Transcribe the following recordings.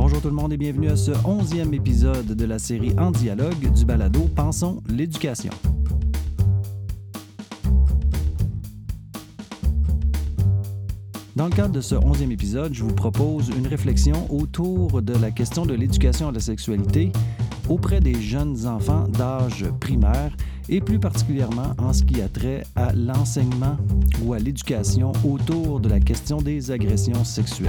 Bonjour tout le monde et bienvenue à ce 11e épisode de la série En dialogue du balado Pensons l'éducation. Dans le cadre de ce 11e épisode, je vous propose une réflexion autour de la question de l'éducation à la sexualité auprès des jeunes enfants d'âge primaire et plus particulièrement en ce qui a trait à l'enseignement ou à l'éducation autour de la question des agressions sexuelles.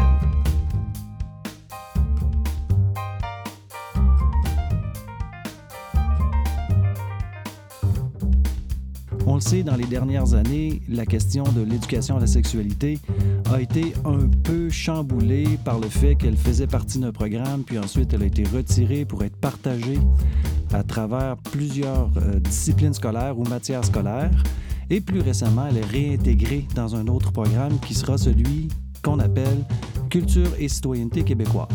On le sait, dans les dernières années, la question de l'éducation à la sexualité a été un peu chamboulée par le fait qu'elle faisait partie d'un programme, puis ensuite elle a été retirée pour être partagée à travers plusieurs disciplines scolaires ou matières scolaires. Et plus récemment, elle est réintégrée dans un autre programme qui sera celui qu'on appelle Culture et citoyenneté québécoise.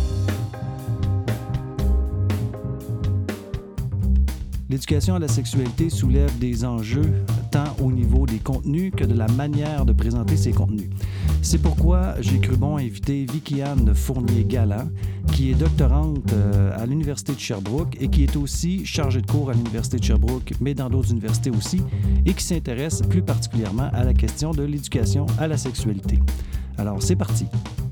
L'éducation à la sexualité soulève des enjeux tant au niveau des contenus que de la manière de présenter ces contenus. C'est pourquoi j'ai cru bon inviter Vicky-Anne Fournier-Galland, qui est doctorante à l'Université de Sherbrooke et qui est aussi chargée de cours à l'Université de Sherbrooke, mais dans d'autres universités aussi, et qui s'intéresse plus particulièrement à la question de l'éducation à la sexualité. Alors, c'est parti!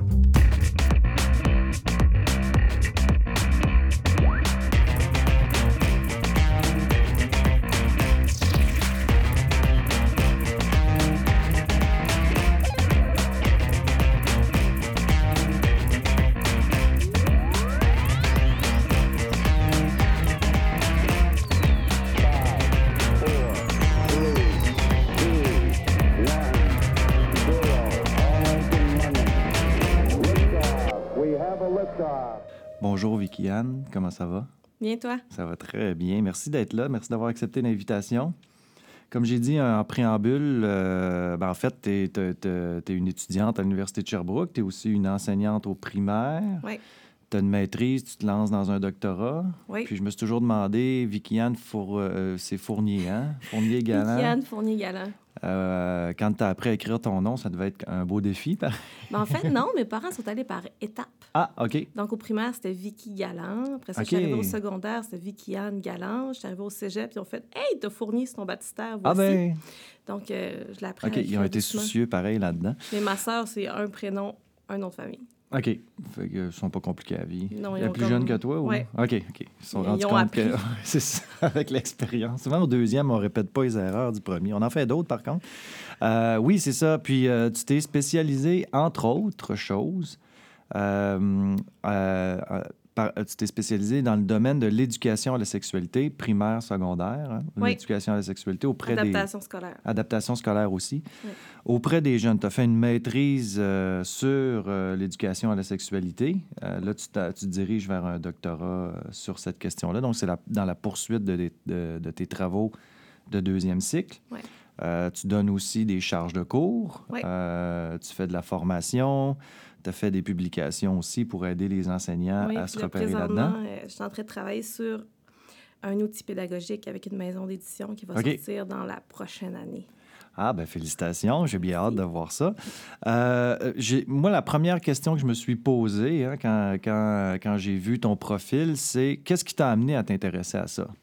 Bonjour Vicky-Anne, comment ça va? Bien, toi? Ça va très bien. Merci d'être là. Merci d'avoir accepté l'invitation. Comme j'ai dit en préambule, en fait, tu es une étudiante à l'Université de Sherbrooke. Tu es aussi une enseignante au primaire. Oui. Tu as une maîtrise, tu te lances dans un doctorat. Oui. Puis je me suis toujours demandé, Vicky-Anne, c'est Fournier, hein? Fournier-Galland. Vicky-Anne Fournier-Galland. Quand tu as appris à écrire ton nom, ça devait être un beau défi. En fait, non, mes parents sont allés par étapes. Ah, OK. Donc, au primaire, c'était Vicky Galland. Après ça, OK. je suis arrivée au secondaire, c'était Vicky-Anne Galland. Je suis arrivée au cégep, puis ils ont fait « Hey, t'as Fournier sur ton baptistère, voici. » Ah ben. Donc, je l'ai appris OK, ils ont été soucieux pareil là-dedans. Mais ma sœur, c'est un prénom, un nom de famille. OK. Fait qu'ils sont pas compliqués à vie. Non, ils sont plus jeunes que toi? Ou... Oui. OK. Ils se sont rendus compte appris. que c'est ça, avec l'expérience. Souvent, au deuxième, on répète pas les erreurs du premier. On en fait d'autres, par contre. Oui, c'est ça. Puis, tu t'es spécialisé, entre autres choses, tu t'es spécialisé dans le domaine de l'éducation à la sexualité, primaire, secondaire. Hein? Oui. L'éducation à la sexualité auprès Adaptation scolaire. Adaptation scolaire aussi. Oui. Auprès des jeunes, tu as fait une maîtrise sur l'éducation à la sexualité. Là, tu te diriges vers un doctorat sur cette question-là. Donc, c'est dans la poursuite de tes travaux de deuxième cycle. Oui. Tu donnes aussi des charges de cours. Oui. Tu fais de la formation. Tu as fait des publications aussi pour aider les enseignants à se repérer là-dedans. Je suis en train de travailler sur un outil pédagogique avec une maison d'édition qui va sortir dans la prochaine année. Ah, bien, félicitations. J'ai bien hâte de voir ça. Moi, la première question que je me suis posée quand j'ai vu ton profil, c'est qu'est-ce qui t'a amené à t'intéresser à ça?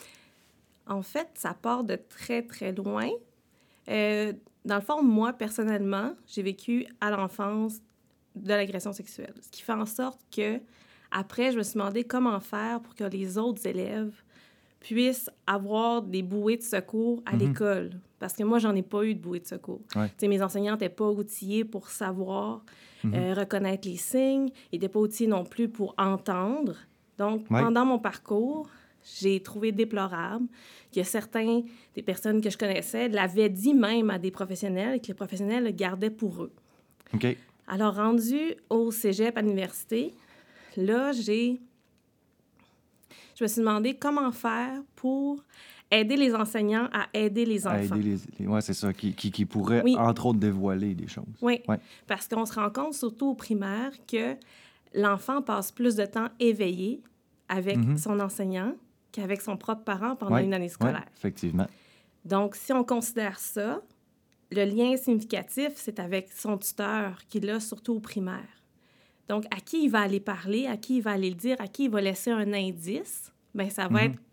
En fait, ça part de très, très loin. Dans le fond, moi, personnellement, j'ai vécu à l'enfance de l'agression sexuelle. Ce qui fait en sorte que, après, je me suis demandé comment faire pour que les autres élèves puissent avoir des bouées de secours à l'école. Parce que moi, j'en ai pas eu de bouées de secours. Ouais. Mes enseignants n'étaient pas outillés pour savoir reconnaître les signes. Ils n'étaient pas outillés non plus pour entendre. Donc, pendant mon parcours, j'ai trouvé déplorable que des personnes que je connaissais l'avaient dit même à des professionnels et que les professionnels le gardaient pour eux. OK. Alors, rendu au cégep à l'université, là, je me suis demandé comment faire pour aider les enseignants à aider les enfants. Oui, c'est ça, qui pourrait, entre autres, dévoiler des choses. Oui, parce qu'on se rend compte, surtout au primaire, que l'enfant passe plus de temps éveillé avec son enseignant qu'avec son propre parent pendant une année scolaire. Oui, effectivement. Donc, si on considère ça, le lien significatif, c'est avec son tuteur, qu'il a surtout au primaire. Donc, à qui il va aller parler, à qui il va aller le dire, à qui il va laisser un indice, bien, ça va être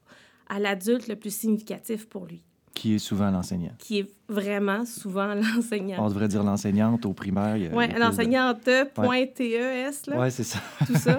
à l'adulte le plus significatif pour lui. Qui est souvent l'enseignant. Qui est vraiment souvent l'enseignant. On devrait dire l'enseignante au primaire. Oui, l'enseignante, .TES, là. Oui, c'est ça. Tout ça.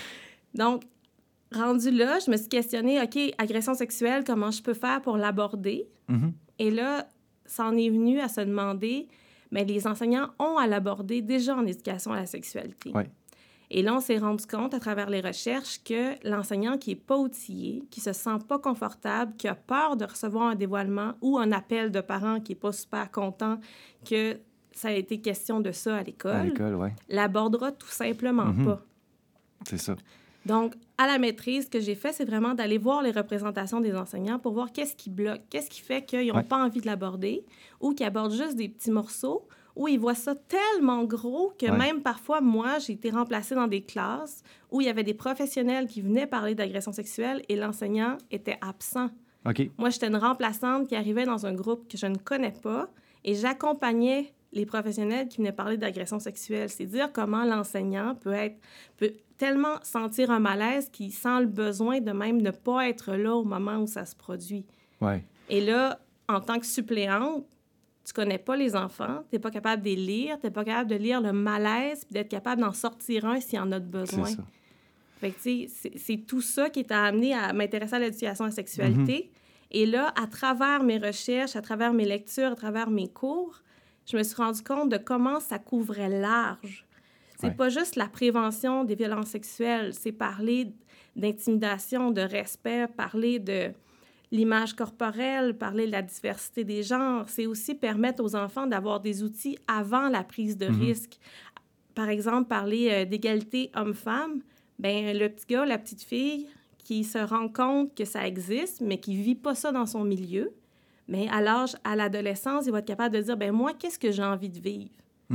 Donc, rendu là, je me suis questionnée, OK, agression sexuelle, comment je peux faire pour l'aborder? Et là, ça en est venu à se demander, mais les enseignants ont à l'aborder déjà en éducation à la sexualité. Oui. Et là, on s'est rendu compte à travers les recherches que l'enseignant qui n'est pas outillé, qui se sent pas confortable, qui a peur de recevoir un dévoilement ou un appel de parents qui n'est pas super content que ça a été question de ça à l'école, oui. l'abordera tout simplement pas. C'est ça. Donc, à la maîtrise, ce que j'ai fait, c'est vraiment d'aller voir les représentations des enseignants pour voir qu'est-ce qui bloque, qu'est-ce qui fait qu'ils n'ont pas envie de l'aborder ou qu'ils abordent juste des petits morceaux où ils voient ça tellement gros que même parfois, moi, j'ai été remplacée dans des classes où il y avait des professionnels qui venaient parler d'agression sexuelle et l'enseignant était absent. OK. Moi, j'étais une remplaçante qui arrivait dans un groupe que je ne connais pas et j'accompagnais les professionnels qui venaient parler d'agression sexuelle. C'est dire comment l'enseignant peut tellement sentir un malaise qu'il sent le besoin de même ne pas être là au moment où ça se produit. Ouais. Et là, en tant que suppléante, tu connais pas les enfants, tu n'es pas capable de les lire, tu n'es pas capable de lire le malaise puis d'être capable d'en sortir un s'il y en a besoin. C'est ça. Fait que, tu sais, c'est tout ça qui t'a amené à m'intéresser à l'éducation à la sexualité. Et là, à travers mes recherches, à travers mes lectures, à travers mes cours, je me suis rendu compte de comment ça couvrait large. C'est pas juste la prévention des violences sexuelles, c'est parler d'intimidation, de respect, parler de l'image corporelle, parler de la diversité des genres. C'est aussi permettre aux enfants d'avoir des outils avant la prise de risque. Par exemple, parler d'égalité homme-femme. Bien, le petit gars, la petite fille qui se rend compte que ça existe, mais qui ne vit pas ça dans son milieu, mais à l'adolescence, il va être capable de dire, bien, moi, qu'est-ce que j'ai envie de vivre?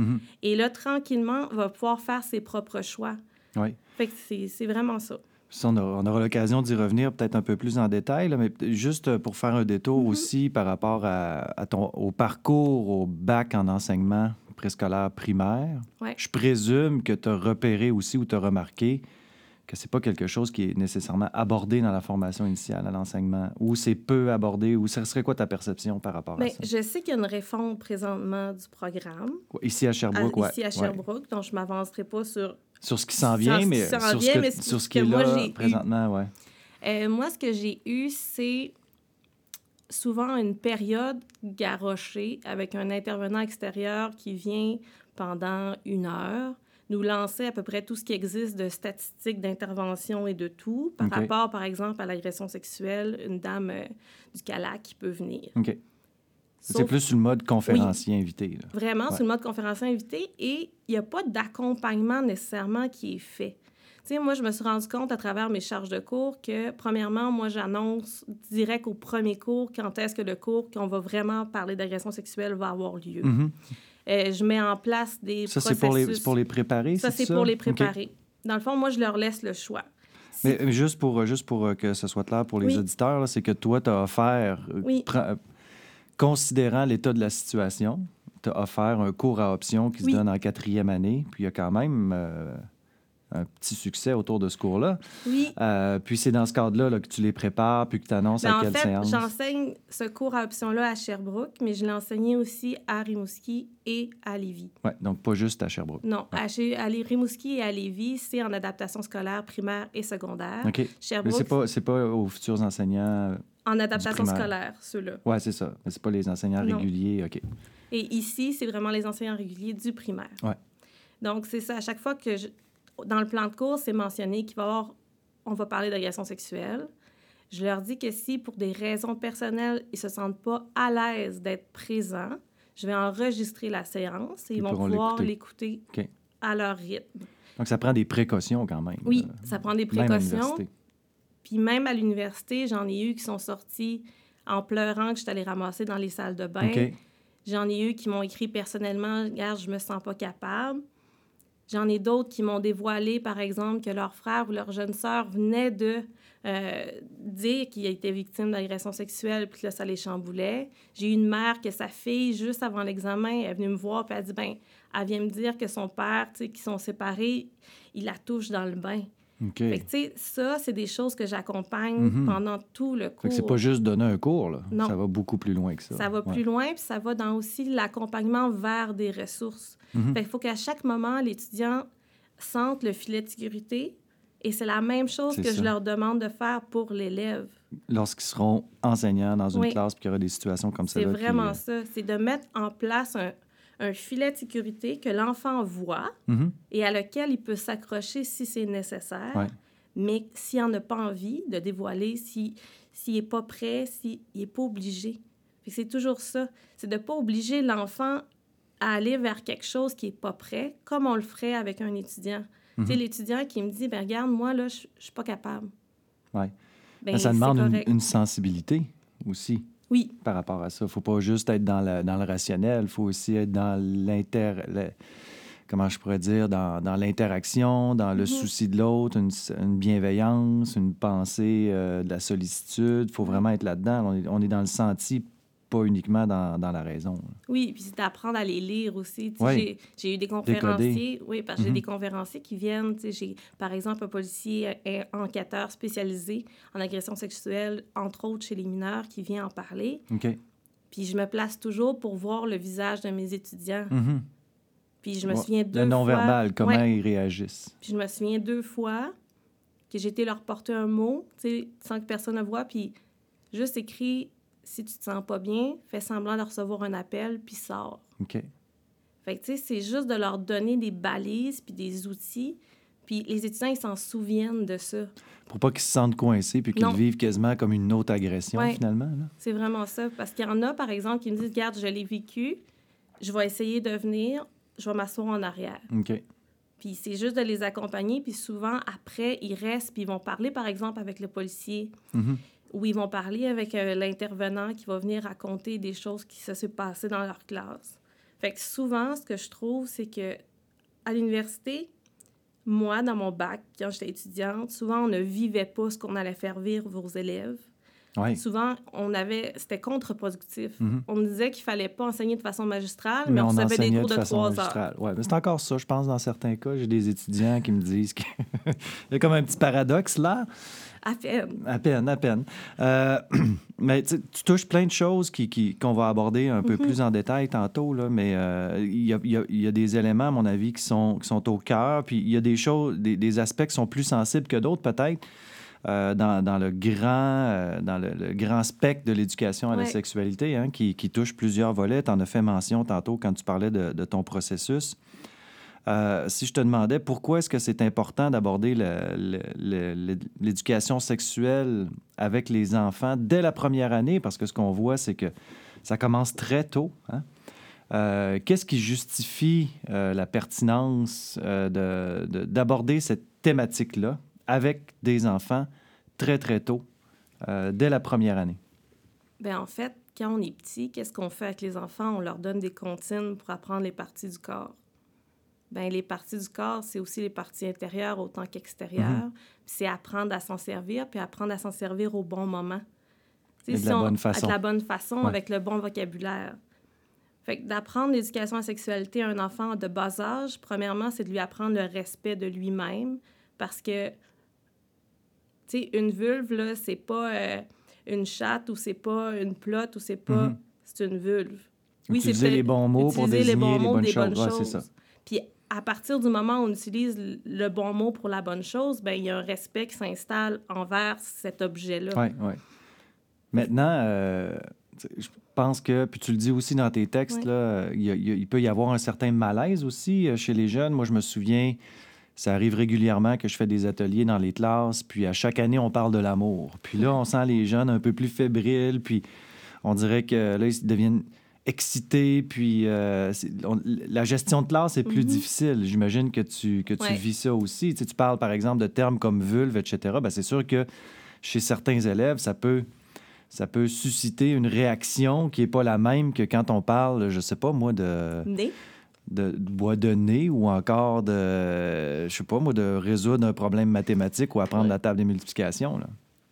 Et là, tranquillement, va pouvoir faire ses propres choix. Oui. Fait que c'est vraiment ça. Ça, on aura l'occasion d'y revenir peut-être un peu plus en détail, là, mais juste pour faire un détour aussi par rapport au parcours au bac en enseignement préscolaire primaire. Ouais. Je présume que tu as repéré aussi ou tu as remarqué que c'est pas quelque chose qui est nécessairement abordé dans la formation initiale à l'enseignement, ou c'est peu abordé, ou ça serait quoi ta perception par rapport à ça? Je sais qu'il y a une réforme présentement du programme. Ici à Sherbrooke, oui. Ici à Sherbrooke, donc je ne m'avancerai pas sur ce qui s'en vient, mais sur ce qui est là présentement, oui. Moi, ce que j'ai eu, c'est souvent une période garrochée avec un intervenant extérieur qui vient pendant 1 heure, nous lancer à peu près tout ce qui existe de statistiques d'intervention et de tout, par rapport, par exemple, à l'agression sexuelle, une dame du CALAC qui peut venir. OK. C'est plus sur le mode conférencier invité. Là. Vraiment, sur le mode conférencier invité, et il n'y a pas d'accompagnement nécessairement qui est fait. Tu sais, moi, je me suis rendu compte à travers mes charges de cours que, premièrement, moi, j'annonce direct au premier cours quand est-ce que le cours qu'on va vraiment parler d'agression sexuelle va avoir lieu. Je mets en place des processus. C'est pour les préparer, ça, c'est pour les préparer. Okay. Dans le fond, moi, je leur laisse le choix. Mais juste pour que ce soit clair pour les auditeurs, là, c'est que toi, tu as offert, considérant l'état de la situation, tu as offert un cours à option qui se donne en 4e année, puis il y a quand même un petit succès autour de ce cours-là. Oui. Puis c'est dans ce cadre-là là, que tu les prépares, puis que tu annonces à quelle séance? En fait, j'enseigne ce cours à option-là à Sherbrooke, mais je l'ai enseigné aussi à Rimouski et à Lévis. Oui, donc pas juste à Sherbrooke. Non, à Rimouski et à Lévis, c'est en adaptation scolaire primaire et secondaire. OK. Sherbrooke, mais c'est pas aux futurs enseignants en adaptation scolaire, ceux-là. Oui, c'est ça. Mais c'est pas les enseignants réguliers, OK. Et ici, c'est vraiment les enseignants réguliers du primaire. Oui. Donc, c'est ça. À chaque fois que dans le plan de cours, c'est mentionné on va parler d'agression sexuelle. Je leur dis que si, pour des raisons personnelles, ils ne se sentent pas à l'aise d'être présents, je vais enregistrer la séance et ils vont pouvoir l'écouter à leur rythme. Donc, ça prend des précautions quand même. Oui, ça prend des précautions. Puis même à l'université, j'en ai eu qui sont sortis en pleurant que je suis allée ramasser dans les salles de bain. Okay. J'en ai eu qui m'ont écrit personnellement « Regarde, je me sens pas capable ». J'en ai d'autres qui m'ont dévoilé, par exemple, que leur frère ou leur jeune sœur venait de dire qu'il a été victime d'agression sexuelle, puis là, ça les chamboulait. J'ai eu une mère que sa fille, juste avant l'examen, elle est venue me voir, puis elle a dit, ben, elle vient me dire que son père, tu sais, qu'ils sont séparés, il la touche dans le bain. OK. Fait que, tu sais, ça, c'est des choses que j'accompagne pendant tout le cours. Fait que c'est pas juste donner un cours, là. Non. Ça va beaucoup plus loin que ça. Ça va plus loin, puis ça va dans aussi l'accompagnement vers des ressources. Fait qu'il faut qu'à chaque moment, l'étudiant sente le filet de sécurité. Et c'est la même chose que je leur demande de faire pour l'élève. Lorsqu'ils seront enseignants dans une classe, puis qu'il y aura des situations comme celle-là. C'est vraiment ça. C'est de mettre en place un filet de sécurité que l'enfant voit et à lequel il peut s'accrocher si c'est nécessaire. Mais s'il n'en a pas envie de dévoiler, s'il n'est pas prêt, s'il n'est pas obligé. Fait que c'est toujours ça. C'est de ne pas obliger l'enfant à aller vers quelque chose qui n'est pas prêt, comme on le ferait avec un étudiant. Tu sais, l'étudiant qui me dit, ben regarde, moi, là, je suis pas capable. Oui. Ben, ça demande une sensibilité aussi. Oui. Par rapport à ça. Il ne faut pas juste être dans le rationnel, il faut aussi être dans comment je pourrais dire, dans l'interaction, dans le souci de l'autre, une bienveillance, une pensée de la sollicitude. Il faut vraiment être là-dedans. On est dans le senti, pas uniquement dans la raison. Oui, puis c'est d'apprendre à les lire aussi. J'ai eu des conférenciers, parce que j'ai des conférenciers qui viennent. J'ai, par exemple, un policier enquêteur spécialisé en agression sexuelle, entre autres chez les mineurs, qui vient en parler. OK. Puis je me place toujours pour voir le visage de mes étudiants. Puis je me souviens 2 fois... Le non-verbal, comment ils réagissent. Puis je me souviens 2 fois que j'ai été leur porter un mot, sans que personne ne voie, puis juste écrit... Si tu te sens pas bien, fais semblant de recevoir un appel, puis sors. OK. Fait que, tu sais, c'est juste de leur donner des balises puis des outils. Puis les étudiants, ils s'en souviennent de ça. Pour pas qu'ils se sentent coincés puis qu'ils vivent quasiment comme une autre agression, finalement. Là. C'est vraiment ça. Parce qu'il y en a, par exemple, qui me disent, regarde, je l'ai vécu, je vais essayer de venir, je vais m'asseoir en arrière. OK. Puis c'est juste de les accompagner. Puis souvent, après, ils restent, puis ils vont parler, par exemple, avec le policier. Ou ils vont parler avec l'intervenant qui va venir raconter des choses qui se sont passées dans leur classe. Fait que souvent, ce que je trouve, c'est que à l'université, moi, dans mon bac, quand j'étais étudiante, souvent, on ne vivait pas ce qu'on allait faire vivre aux élèves. Ouais. Souvent, c'était contre-productif. On nous disait qu'il ne fallait pas enseigner de façon magistrale, mais on recevait des cours de 3 heures. Oui, mais c'est encore ça, je pense, dans certains cas. J'ai des étudiants qui me disent qu'il y a comme un petit paradoxe là. À peine. À peine. Mais tu touches plein de choses qu'on va aborder un peu plus en détail tantôt, là, mais il y a des éléments, à mon avis, qui sont au cœur, puis il y a des choses, des aspects qui sont plus sensibles que d'autres, peut-être, dans le grand spectre de l'éducation à la sexualité, hein, qui touche plusieurs volets. Tu en as fait mention tantôt quand tu parlais de ton processus. Si je te demandais pourquoi est-ce que c'est important d'aborder l'éducation sexuelle avec les enfants dès la première année, parce que ce qu'on voit, c'est que ça commence très tôt. Hein? Qu'est-ce qui justifie la pertinence d'aborder cette thématique-là avec des enfants très, très tôt, dès la première année? Bien, en fait, quand on est petit, qu'est-ce qu'on fait avec les enfants? On leur donne des comptines pour apprendre les parties du corps. Bien, les parties du corps, c'est aussi les parties intérieures autant qu'extérieures. C'est apprendre à s'en servir, puis apprendre à s'en servir au bon moment. De la bonne façon. De la bonne façon, avec le bon vocabulaire. Fait que d'apprendre l'éducation à la sexualité à un enfant de bas âge, premièrement, c'est de lui apprendre le respect de lui-même, parce que, tu sais, une vulve, là, c'est pas une chatte, ou c'est pas une plotte, ou c'est pas... C'est une vulve. Oui, utiliser les bons mots pour désigner les bonnes choses. Ouais, c'est ça. Puis à partir du moment où on utilise le bon mot pour la bonne chose, bien, il y a un respect qui s'installe envers cet objet-là. Oui, oui. Maintenant, je pense que, puis tu le dis aussi dans tes textes, là, il peut y avoir un certain malaise aussi chez les jeunes. Moi, je me souviens, ça arrive régulièrement que je fais des ateliers dans les classes, puis à chaque année, on parle de l'amour. Puis là, on sent les jeunes un peu plus fébriles, puis on dirait que là, ils deviennent excités, puis la gestion de classe est plus difficile. J'imagine que tu vis ça aussi. Tu parles, par exemple, de termes comme vulve, etc. Bien, c'est sûr que chez certains élèves, ça peut susciter une réaction qui n'est pas la même que quand on parle, je sais pas, moi, de bois de nez ou encore de résoudre un problème mathématique ou apprendre la table des multiplications, là.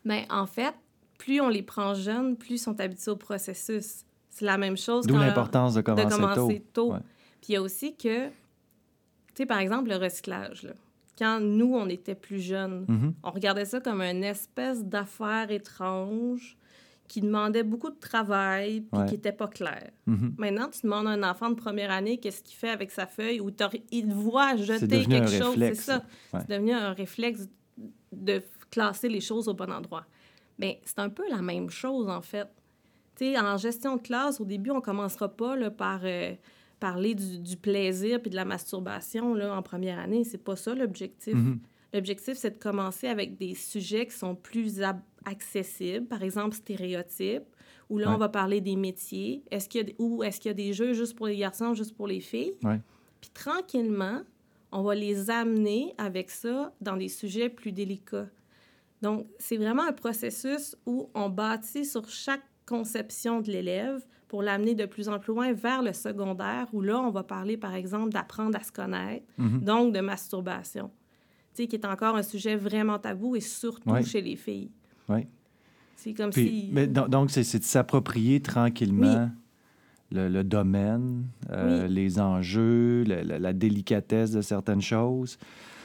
Bien, en fait, plus on les prend jeunes, plus ils sont habitués au processus. C'est la même chose D'où l'importance de commencer tôt. Ouais. Puis il y a aussi que, tu sais, par exemple, le recyclage, là. Quand nous, on était plus jeunes, on regardait ça comme une espèce d'affaire étrange qui demandait beaucoup de travail puis qui n'était pas clair. Maintenant, tu demandes à un enfant de première année qu'est-ce qu'il fait avec sa feuille ou il voit jeter quelque chose. Réflexe, c'est ça. Ouais. C'est devenu un réflexe de classer les choses au bon endroit. Mais c'est un peu la même chose, en fait. Tu sais, en gestion de classe, au début, on ne commencera pas là, par parler du plaisir puis de la masturbation là, en première année. C'est pas ça l'objectif. L'objectif, c'est de commencer avec des sujets qui sont plus accessibles, par exemple stéréotypes, où là, on va parler des métiers. Est-ce qu'il y a des jeux juste pour les garçons, juste pour les filles? Puis tranquillement, on va les amener avec ça dans des sujets plus délicats. Donc, c'est vraiment un processus où on bâtit sur chaque conception de l'élève pour l'amener de plus en plus loin vers le secondaire, où là, on va parler, par exemple, d'apprendre à se connaître, donc de masturbation, tu sais, qui est encore un sujet vraiment tabou et surtout chez les filles. Oui. C'est comme si... Mais donc, c'est de s'approprier tranquillement le domaine, les enjeux, la délicatesse de certaines choses,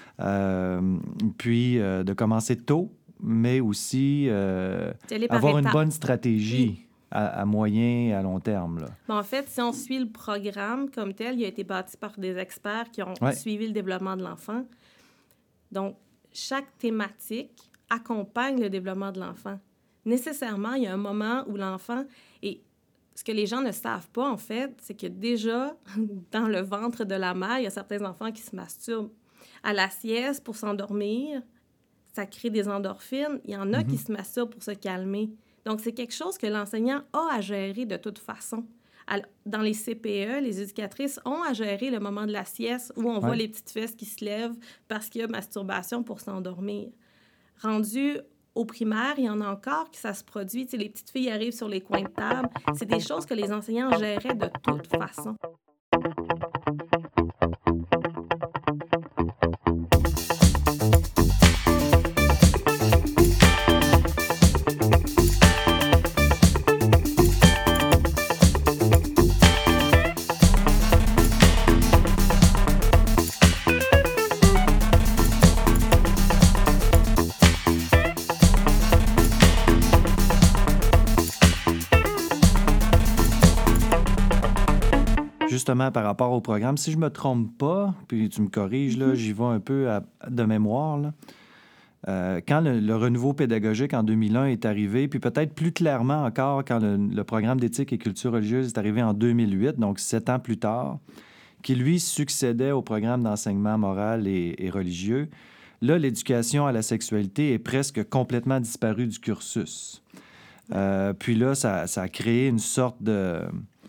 puis de commencer tôt, mais aussi avoir une bonne stratégie à moyen et à long terme. Là. En fait, si on suit le programme comme tel, il a été bâti par des experts qui ont suivi le développement de l'enfant. Donc, chaque thématique accompagne le développement de l'enfant. Nécessairement, il y a un moment où l'enfant... Et ce que les gens ne savent pas, en fait, c'est que déjà, dans le ventre de la mère, il y a certains enfants qui se masturbent. À la sieste, pour s'endormir, ça crée des endorphines. Il y en a qui se masturbent pour se calmer. Donc, c'est quelque chose que l'enseignant a à gérer de toute façon. Dans les CPE, les éducatrices ont à gérer le moment de la sieste où on voit les petites fesses qui se lèvent parce qu'il y a masturbation pour s'endormir. Rendu au primaire, il y en a encore qui ça se produit. Tu sais, les petites filles arrivent sur les coins de table. C'est des choses que les enseignants géraient de toute façon. Justement, par rapport au programme, si je ne me trompe pas, puis tu me corriges, là, j'y vais un peu de mémoire, là. Quand le renouveau pédagogique en 2001 est arrivé, puis peut-être plus clairement encore quand le programme d'éthique et culture religieuse est arrivé en 2008, donc 7 ans plus tard, qui, lui, succédait au programme d'enseignement moral et religieux, là, l'éducation à la sexualité est presque complètement disparue du cursus. Puis là, ça a créé une sorte de...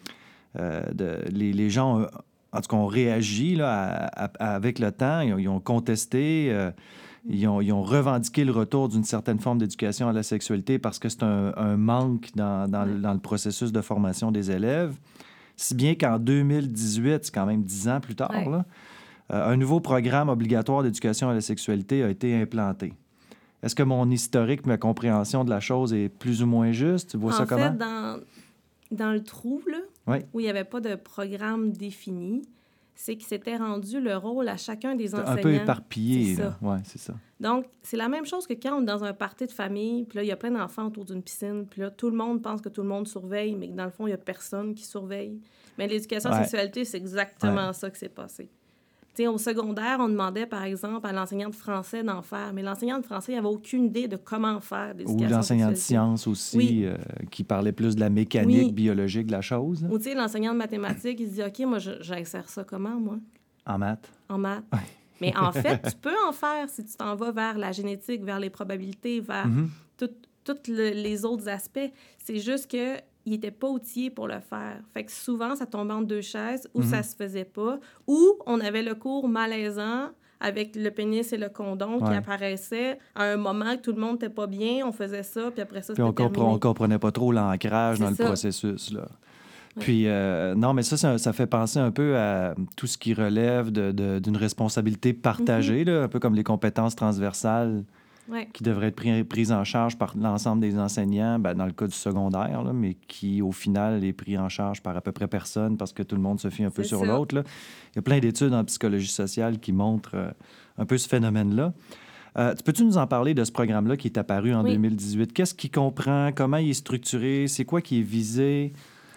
les gens, en tout cas, ont réagi là, avec le temps. Ils ont contesté, ils ont revendiqué le retour d'une certaine forme d'éducation à la sexualité parce que c'est un manque dans le processus de formation des élèves. Si bien qu'en 2018, c'est quand même 10 ans plus tard, là, un nouveau programme obligatoire d'éducation à la sexualité a été implanté. Est-ce que mon historique, ma compréhension de la chose est plus ou moins juste? Tu vois ça comment? En fait, dans le trou, là, où il n'y avait pas de programme défini, c'est qu'il s'était rendu le rôle à chacun des enseignants. Un peu éparpillé, là. Oui, c'est ça. Donc, c'est la même chose que quand on est dans un party de famille, puis là, il y a plein d'enfants autour d'une piscine, puis là, tout le monde pense que tout le monde surveille, mais que dans le fond, il n'y a personne qui surveille. Mais l'éducation à la sexualité, c'est exactement ça qui s'est passé. Tu sais, au secondaire, on demandait, par exemple, à l'enseignant de français d'en faire, mais l'enseignant de français n'avait aucune idée de comment faire l'éducation. Ou l'enseignant de sciences aussi, qui parlait plus de la mécanique biologique de la chose. Là. Ou tu sais, l'enseignant de mathématiques, il se dit « OK, moi, j'insère ça comment, moi? » En maths. En maths. Mais en fait, tu peux en faire si tu t'en vas vers la génétique, vers les probabilités, vers tous les autres aspects. C'est juste que il n'était pas outillé pour le faire. Fait que souvent, ça tombait entre deux chaises ou ça se faisait pas, ou on avait le cours malaisant avec le pénis et le condom qui apparaissaient à un moment que tout le monde n'était pas bien, on faisait ça, puis après ça, puis on ne comprenait pas trop l'ancrage dans le processus, là. Ouais. Puis, non, mais ça fait penser un peu à tout ce qui relève d'une responsabilité partagée, là, un peu comme les compétences transversales qui devrait être prise en charge par l'ensemble des enseignants, dans le cas du secondaire, là, mais qui, au final, est pris en charge par à peu près personne parce que tout le monde se fie un peu sur l'autre. Là. Il y a plein d'études en psychologie sociale qui montrent un peu ce phénomène-là. Peux-tu nous en parler de ce programme-là qui est apparu en 2018? Qu'est-ce qu'il comprend? Comment il est structuré? C'est quoi qui est visé?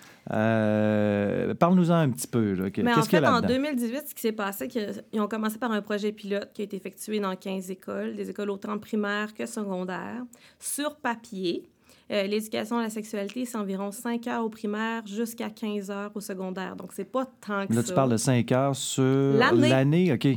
Parle-nous-en un petit peu. Là. Qu'est-ce qu'il y a là-dedans? En 2018, ce qui s'est passé, c'est qu'ils ont commencé par un projet pilote qui a été effectué dans 15 écoles, des écoles autant primaires que secondaires. Sur papier, l'éducation à la sexualité, c'est environ 5 heures au primaire jusqu'à 15 heures au secondaire. Donc, c'est pas tant que ça. Là, tu parles de 5 heures sur l'année? OK.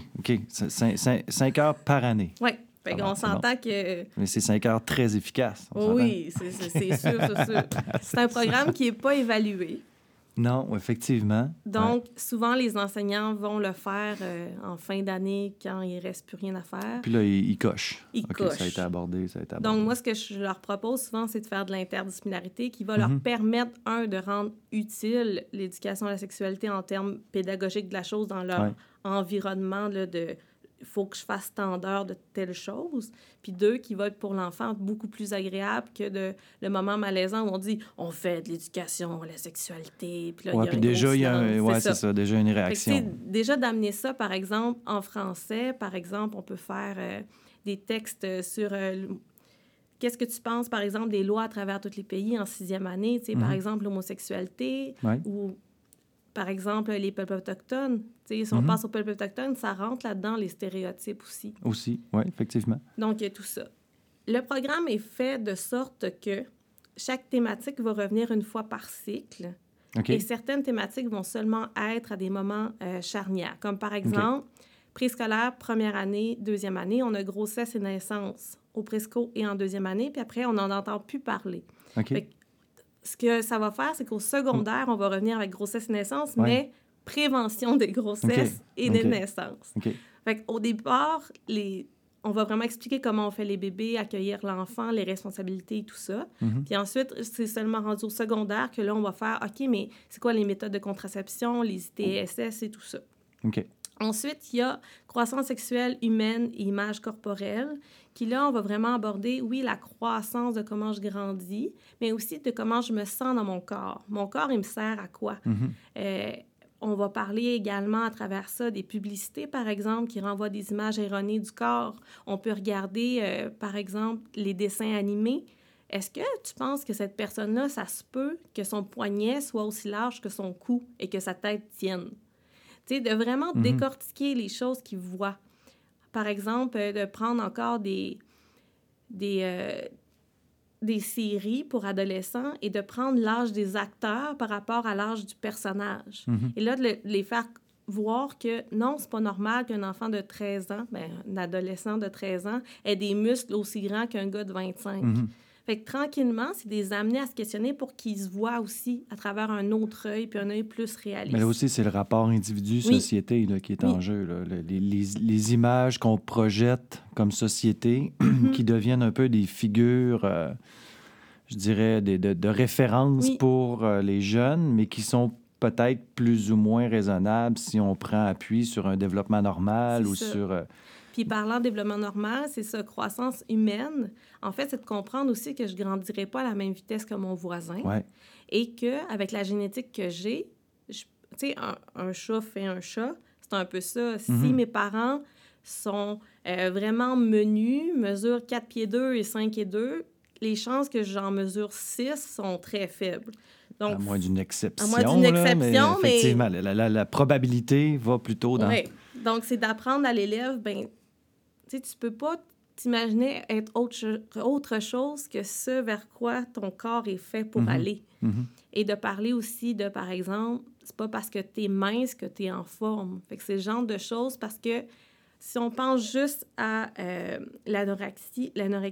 5 heures par année. Oui. On s'entend que... Mais c'est 5 heures très efficaces. Oui, c'est sûr. C'est un programme qui n'est pas évalué. Non, effectivement. Donc, souvent, les enseignants vont le faire en fin d'année quand il ne reste plus rien à faire. Puis là, ils cochent. Ils cochent. Ça a été abordé. Donc, moi, ce que je leur propose souvent, c'est de faire de l'interdisciplinarité qui va leur permettre, de rendre utile l'éducation à la sexualité en termes pédagogiques de la chose dans leur environnement là, de... Il faut que je fasse tant d'heures de telle chose. Puis 2, qui va être pour l'enfant beaucoup plus agréable que le moment malaisant où on dit « on fait de l'éducation à la sexualité ». Puis là, déjà, il y a c'est ça, déjà une réaction. Fait que, déjà, d'amener ça, par exemple, en français, par exemple, on peut faire des textes sur... qu'est-ce que tu penses, par exemple, des lois à travers tous les pays en 6e année? Tu sais, par exemple, l'homosexualité ou... Par exemple, les peuples autochtones. Si on passe aux peuples autochtones, ça rentre là-dedans, les stéréotypes aussi. Aussi, oui, effectivement. Donc, il y a tout ça. Le programme est fait de sorte que chaque thématique va revenir une fois par cycle. Et certaines thématiques vont seulement être à des moments charnières. Comme par exemple, préscolaire, première année, deuxième année, on a grossesse et naissance au présco et en deuxième année, puis après, on n'en entend plus parler. Ce que ça va faire, c'est qu'au secondaire, on va revenir avec grossesse et naissance, mais prévention des grossesses et des naissances. Fait qu'au départ, on va vraiment expliquer comment on fait les bébés, accueillir l'enfant, les responsabilités et tout ça. Puis ensuite, c'est seulement rendu au secondaire que là, on va faire, OK, mais c'est quoi les méthodes de contraception, les ITSS et tout ça. Ensuite, il y a croissance sexuelle humaine et image corporelle, qui là, on va vraiment aborder, oui, la croissance de comment je grandis, mais aussi de comment je me sens dans mon corps. Mon corps, il me sert à quoi? On va parler également à travers ça des publicités, par exemple, qui renvoient des images erronées du corps. On peut regarder, par exemple, les dessins animés. Est-ce que tu penses que cette personne-là, ça se peut que son poignet soit aussi large que son cou et que sa tête tienne? Tu sais, de vraiment décortiquer les choses qu'ils voient. Par exemple, de prendre encore des séries pour adolescents et de prendre l'âge des acteurs par rapport à l'âge du personnage. Et là, de les faire voir que non, c'est pas normal qu'un enfant de 13 ans, un adolescent de 13 ans, ait des muscles aussi grands qu'un gars de 25. Fait que tranquillement, c'est des amener à se questionner pour qu'ils se voient aussi à travers un autre œil, puis un œil plus réaliste. Mais là aussi, c'est le rapport individu-société là, qui est en jeu. Là. Les images qu'on projette comme société qui deviennent un peu des figures, je dirais, de référence pour les jeunes, mais qui sont peut-être plus ou moins raisonnables si on prend appui sur un développement normal sur... Puis parlant de développement normal, c'est ça, croissance humaine. En fait, c'est de comprendre aussi que je ne grandirai pas à la même vitesse que mon voisin. Et qu'avec la génétique que j'ai, tu sais, un chat fait un chat. C'est un peu ça. Si mes parents sont vraiment menus, mesurent 4 pieds 2 et 5 pieds 2, les chances que j'en mesure 6 sont très faibles. Donc, à moins d'une exception. Mais effectivement, la probabilité va plutôt dans... Oui. Donc, c'est d'apprendre à l'élève, tu sais, tu peux pas t'imaginer être autre chose que ce vers quoi ton corps est fait pour aller. Et de parler aussi de, par exemple, c'est pas parce que tu es mince que tu es en forme. Fait que c'est le genre de choses parce que si on pense juste à l'anorexie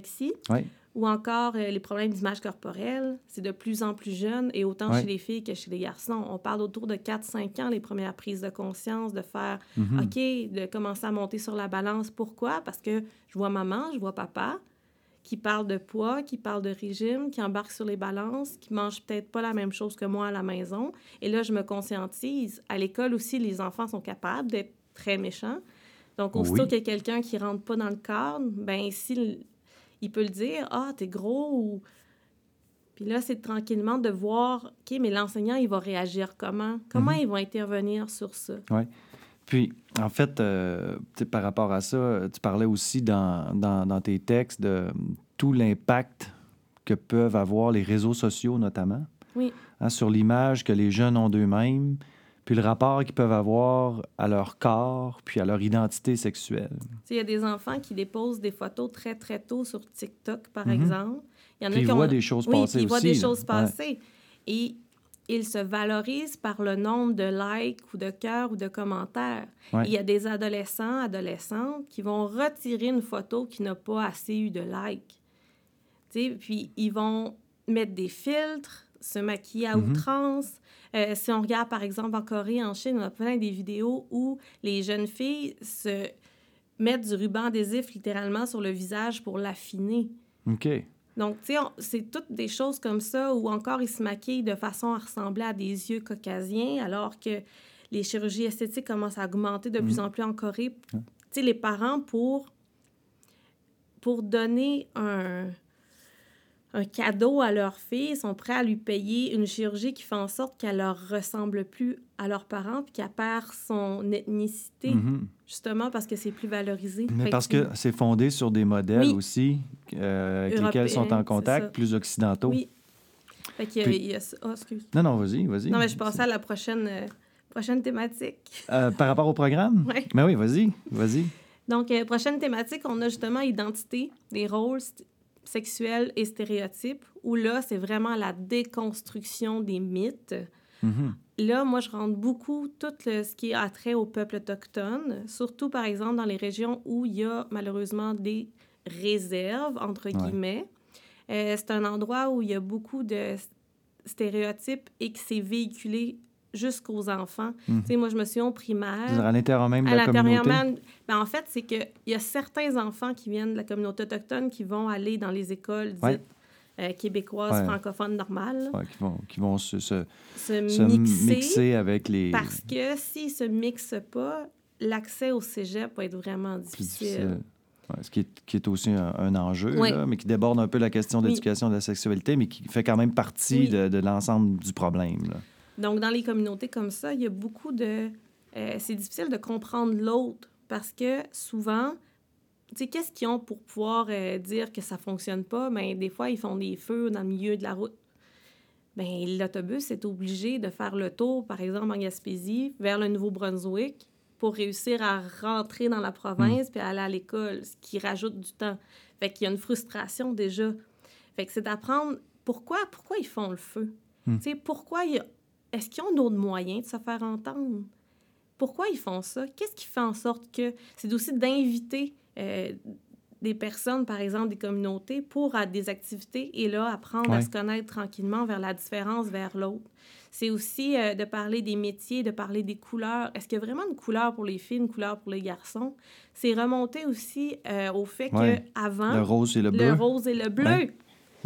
ou encore les problèmes d'image corporelle, c'est de plus en plus jeune et autant chez les filles que chez les garçons. On parle autour de 4-5 ans, les premières prises de conscience, de faire OK, de commencer à monter sur la balance. Pourquoi? Parce que je vois maman, je vois papa qui parle de poids, qui parle de régime, qui embarque sur les balances, qui mange peut-être pas la même chose que moi à la maison. Et là, je me conscientise. À l'école aussi, les enfants sont capables d'être très méchants. Donc, aussitôt qu'il y a quelqu'un qui rentre pas dans le cadre, si il peut le dire, « Ah, t'es gros » ou... Puis là, c'est tranquillement de voir, OK, mais l'enseignant, il va réagir comment? Comment ils vont intervenir sur ça? Oui. Puis, en fait, par rapport à ça, tu parlais aussi dans tes textes de tout l'impact que peuvent avoir les réseaux sociaux, notamment, Oui. sur l'image que les jeunes ont d'eux-mêmes, puis le rapport qu'ils peuvent avoir à leur corps, puis à leur identité sexuelle. Il y a des enfants qui déposent des photos très, très tôt sur TikTok, par exemple. Il y en Puis a ils voient des choses passer aussi. Oui, ils voient des choses là. passer. Et ils se valorisent par le nombre de likes ou de cœurs ou de commentaires. Ouais. Il y a des adolescents, adolescentes qui vont retirer une photo qui n'a pas assez eu de likes. Puis ils vont mettre des filtres, se maquiller à outrance. Si on regarde, par exemple, en Corée, en Chine, on a plein des vidéos où les jeunes filles se mettent du ruban adhésif littéralement sur le visage pour l'affiner. OK. Donc, tu sais, c'est toutes des choses comme ça où encore ils se maquillent de façon à ressembler à des yeux caucasiens alors que les chirurgies esthétiques commencent à augmenter de plus en plus en Corée. Tu sais, les parents, pour donner un cadeau à leur fille, sont prêts à lui payer une chirurgie qui fait en sorte qu'elle leur ressemble plus à leurs parents puis qu'elle perd son ethnicité, justement parce que c'est plus valorisé. Mais parce que c'est fondé sur des modèles aussi avec lesquels ils sont en c'est contact, ça. plus occidentaux. Oui. Fait qu'il Puis... il y a... Oh, excuse. Non, vas-y. Non, mais je passais à la prochaine thématique. Par rapport au programme? Oui. Ben oui, vas-y. Donc, prochaine thématique, on a justement identité, des rôles sexuels et stéréotypes, où là, c'est vraiment la déconstruction des mythes. Là, moi, je rentre beaucoup tout ce qui est attrait au peuple autochtone, surtout, par exemple, dans les régions où il y a malheureusement des réserves, entre guillemets. C'est un endroit où il y a beaucoup de stéréotypes et que c'est véhiculé jusqu'aux enfants. Tu sais, moi, je me souviens au primaire... À l'intérieur même de la communauté? Ben, en fait, c'est qu'il y a certains enfants qui viennent de la communauté autochtone qui vont aller dans les écoles dites québécoises, francophones normales. Qui vont se mixer avec les... Parce que s'ils se mixent pas, l'accès au cégep va être vraiment difficile. Ce qui est aussi un enjeu, là, mais qui déborde un peu la question de l'éducation de la sexualité, mais qui fait quand même partie de l'ensemble du problème, là. Donc, dans les communautés comme ça, il y a beaucoup de... c'est difficile de comprendre l'autre parce que souvent, tu sais, qu'est-ce qu'ils ont pour pouvoir dire que ça fonctionne pas? Bien, des fois, ils font des feux dans le milieu de la route. Bien, l'autobus est obligé de faire le tour, par exemple, en Gaspésie, vers le Nouveau-Brunswick pour réussir à rentrer dans la province puis aller à l'école, ce qui rajoute du temps. Fait qu'il y a une frustration déjà. Fait que c'est d'apprendre pourquoi ils font le feu. Tu sais, est-ce qu'ils ont d'autres moyens de se faire entendre? Pourquoi ils font ça? Qu'est-ce qui fait en sorte que... C'est aussi d'inviter des personnes, par exemple, des communautés, pour des activités et là, apprendre à se connaître tranquillement vers la différence vers l'autre. C'est aussi de parler des métiers, de parler des couleurs. Est-ce qu'il y a vraiment une couleur pour les filles, une couleur pour les garçons? C'est remonter aussi au fait qu'avant... Le rose et le bleu. Le rose et le bleu. Ouais.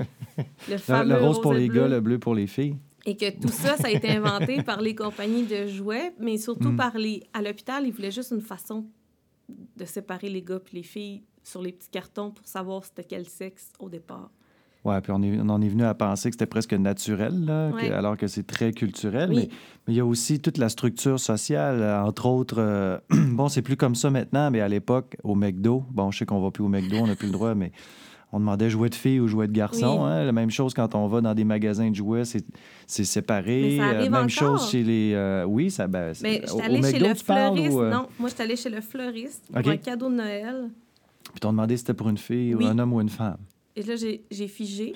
Le rose pour les gars, le bleu pour les filles. Et que tout ça, ça a été inventé par les compagnies de jouets, mais surtout à l'hôpital, ils voulaient juste une façon de séparer les gars et les filles sur les petits cartons pour savoir c'était quel sexe au départ. Oui, puis on en est venu à penser que c'était presque naturel, là, alors que c'est très culturel. Oui. Mais il y a aussi toute la structure sociale, entre autres. Bon, c'est plus comme ça maintenant, mais à l'époque, au McDo, bon, je sais qu'on va plus au McDo, on n'a plus le droit, mais on demandait jouets de filles ou jouets de garçons. Oui. Hein? La même chose quand on va dans des magasins de jouets, c'est séparé. Mais ça arrive même encore. Chose chez les... oui, ça... Ben, mais je suis au allée McDo, chez le tu parles, fleuriste. ou, Non, moi, je suis allée chez le fleuriste pour un cadeau de Noël. Puis t'as demandé si c'était pour une fille ou un homme ou une femme. Et là, j'ai figé.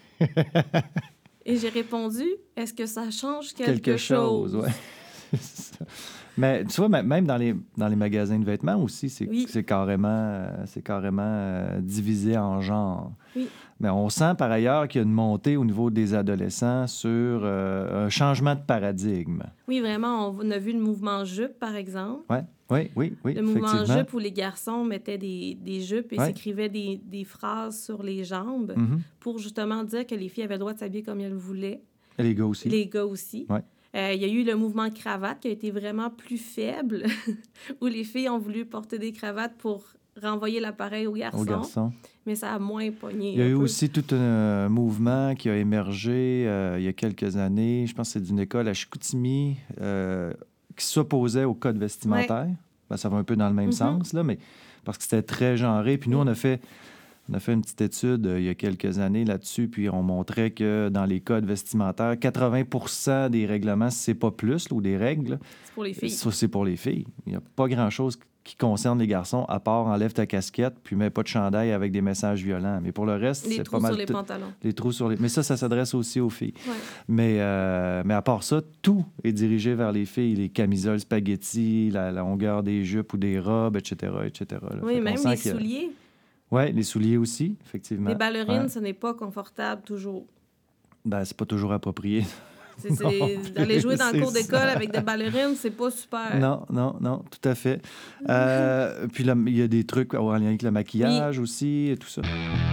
Et j'ai répondu, est-ce que ça change quelque chose? Ouais. Mais tu vois, même dans les magasins de vêtements aussi, c'est carrément divisé en genres. Oui. Mais on sent par ailleurs qu'il y a une montée au niveau des adolescents sur un changement de paradigme. Oui, vraiment. On a vu le mouvement jupe, par exemple. Oui, le mouvement jupe où les garçons mettaient des jupes et s'écrivaient des phrases sur les jambes pour justement dire que les filles avaient le droit de s'habiller comme elles voulaient. Et les gars aussi. Les gars aussi. Ouais. Il y a eu le mouvement cravate qui a été vraiment plus faible, où les filles ont voulu porter des cravates pour renvoyer l'appareil au garçon. Mais ça a moins pogné. Il y a eu aussi tout un mouvement qui a émergé il y a quelques années. Je pense que c'est d'une école à Chicoutimi qui s'opposait au code vestimentaire. Ouais. Ben, ça va un peu dans le même sens, là, mais parce que c'était très genré. Puis nous, on a fait une petite étude il y a quelques années là-dessus, puis on montrait que dans les codes vestimentaires, 80% des règlements, si c'est pas plus, là, ou des règles, c'est pour les filles. Ça, c'est pour les filles. Il n'y a pas grand-chose qui concerne les garçons, à part enlève ta casquette, puis mets pas de chandail avec des messages violents. Mais pour le reste, c'est pas mal... Les trous sur les pantalons. Les trous sur les... Mais ça s'adresse aussi aux filles. Ouais. Mais à part ça, tout est dirigé vers les filles. Les camisoles spaghetti, la longueur des jupes ou des robes, etc., etc. Là. Oui, même les souliers. Oui, les souliers aussi, effectivement. Les ballerines, ce n'est pas confortable toujours. Ben, c'est pas toujours approprié. D'aller jouer dans le cours d'école avec des ballerines, c'est pas super. Non, tout à fait. Puis là, il y a des trucs en lien avec le maquillage aussi et tout ça.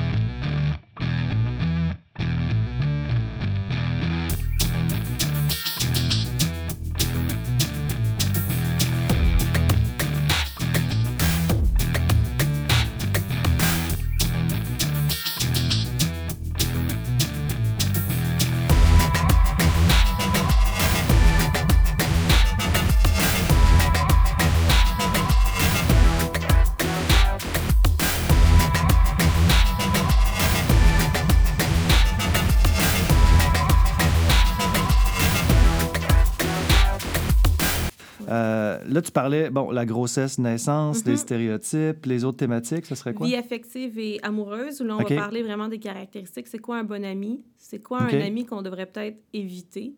Là, tu parlais, la grossesse, naissance, les stéréotypes, les autres thématiques, ce serait quoi? Vie affective et amoureuse, où là, on va parler vraiment des caractéristiques. C'est quoi un bon ami? C'est quoi un ami qu'on devrait peut-être éviter?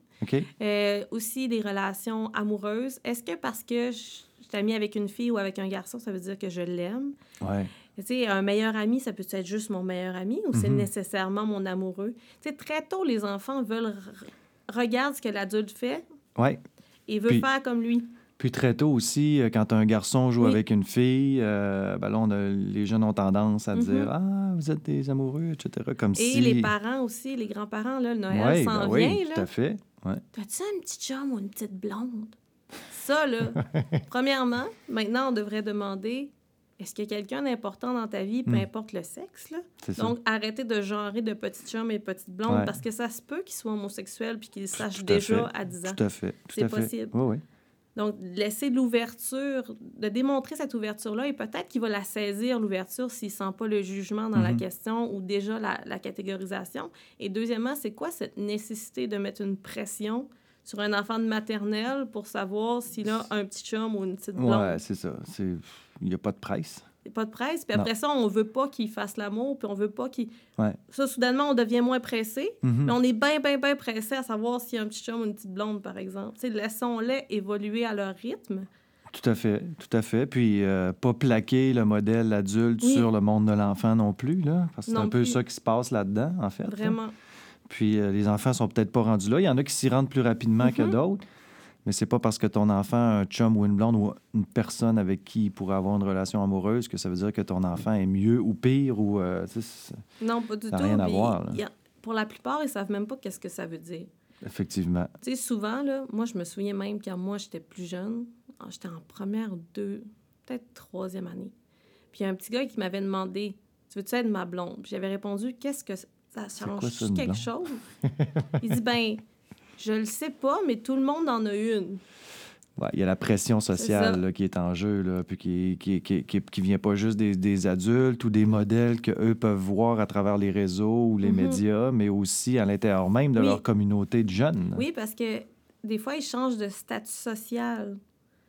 Aussi, des relations amoureuses. Est-ce que parce que je suis amie avec une fille ou avec un garçon, ça veut dire que je l'aime? Ouais. Tu sais, un meilleur ami, ça peut être juste mon meilleur ami ou c'est nécessairement mon amoureux? Tu sais, très tôt, les enfants veulent... Regarde ce que l'adulte fait et veut faire comme lui. Puis très tôt aussi, quand un garçon joue avec une fille, là, les jeunes ont tendance à dire « Ah, vous êtes des amoureux, etc. » Comme Et les parents aussi, les grands-parents, là, le Noël s'en vient. Oui, tout à fait. Ouais. T'as-tu un petit chum ou une petite blonde? Ça, là, premièrement, maintenant, on devrait demander est-ce qu'il y a quelqu'un d'important dans ta vie, peu importe le sexe, là? Donc, arrêtez de genrer de petites chums et petites blondes parce que ça se peut qu'ils soient homosexuels puis qu'ils le sachent déjà à 10 ans. Tout à fait. C'est possible. Oui. Donc, laisser l'ouverture, de démontrer cette ouverture-là, et peut-être qu'il va la saisir, l'ouverture, s'il ne sent pas le jugement dans la question ou déjà la catégorisation. Et deuxièmement, c'est quoi cette nécessité de mettre une pression sur un enfant de maternelle pour savoir s'il a un petit chum ou une petite blonde? Oui, c'est ça. Il n'y a pas de presse. Il n'y a pas de presse. Puis après ça, on ne veut pas qu'il fasse l'amour, puis on ne veut pas qu'il... Ouais. Ça, soudainement, on devient moins pressé, mais on est bien pressé à savoir s'il y a un petit chum ou une petite blonde, par exemple. Tu sais, laissons-les évoluer à leur rythme. Tout à fait. Puis, pas plaquer le modèle adulte sur le monde de l'enfant non plus, là, parce que c'est un peu ça qui se passe là-dedans, en fait. Vraiment. Là. Puis, les enfants sont peut-être pas rendus là. Il y en a qui s'y rendent plus rapidement que d'autres. Mais c'est pas parce que ton enfant a un chum ou une blonde ou une personne avec qui il pourrait avoir une relation amoureuse que ça veut dire que ton enfant est mieux ou pire ou... non, pas du tout. Ça n'a rien à voir. Pour la plupart, ils savent même pas qu'est-ce que ça veut dire. Effectivement. Tu sais, souvent, là, moi, je me souviens même quand moi, j'étais plus jeune, j'étais en première, peut-être 3e année. Puis il y a un petit gars qui m'avait demandé « Tu veux-tu être ma blonde? » Puis j'avais répondu « Qu'est-ce que ça change quelque chose? » Il dit « Je le sais pas, mais tout le monde en a une. » Ouais, il y a la pression sociale là, qui est en jeu, là, puis qui vient pas juste des adultes ou des modèles qu'eux peuvent voir à travers les réseaux ou les médias, mais aussi à l'intérieur même de leur communauté de jeunes. Oui, parce que des fois, ils changent de statut social.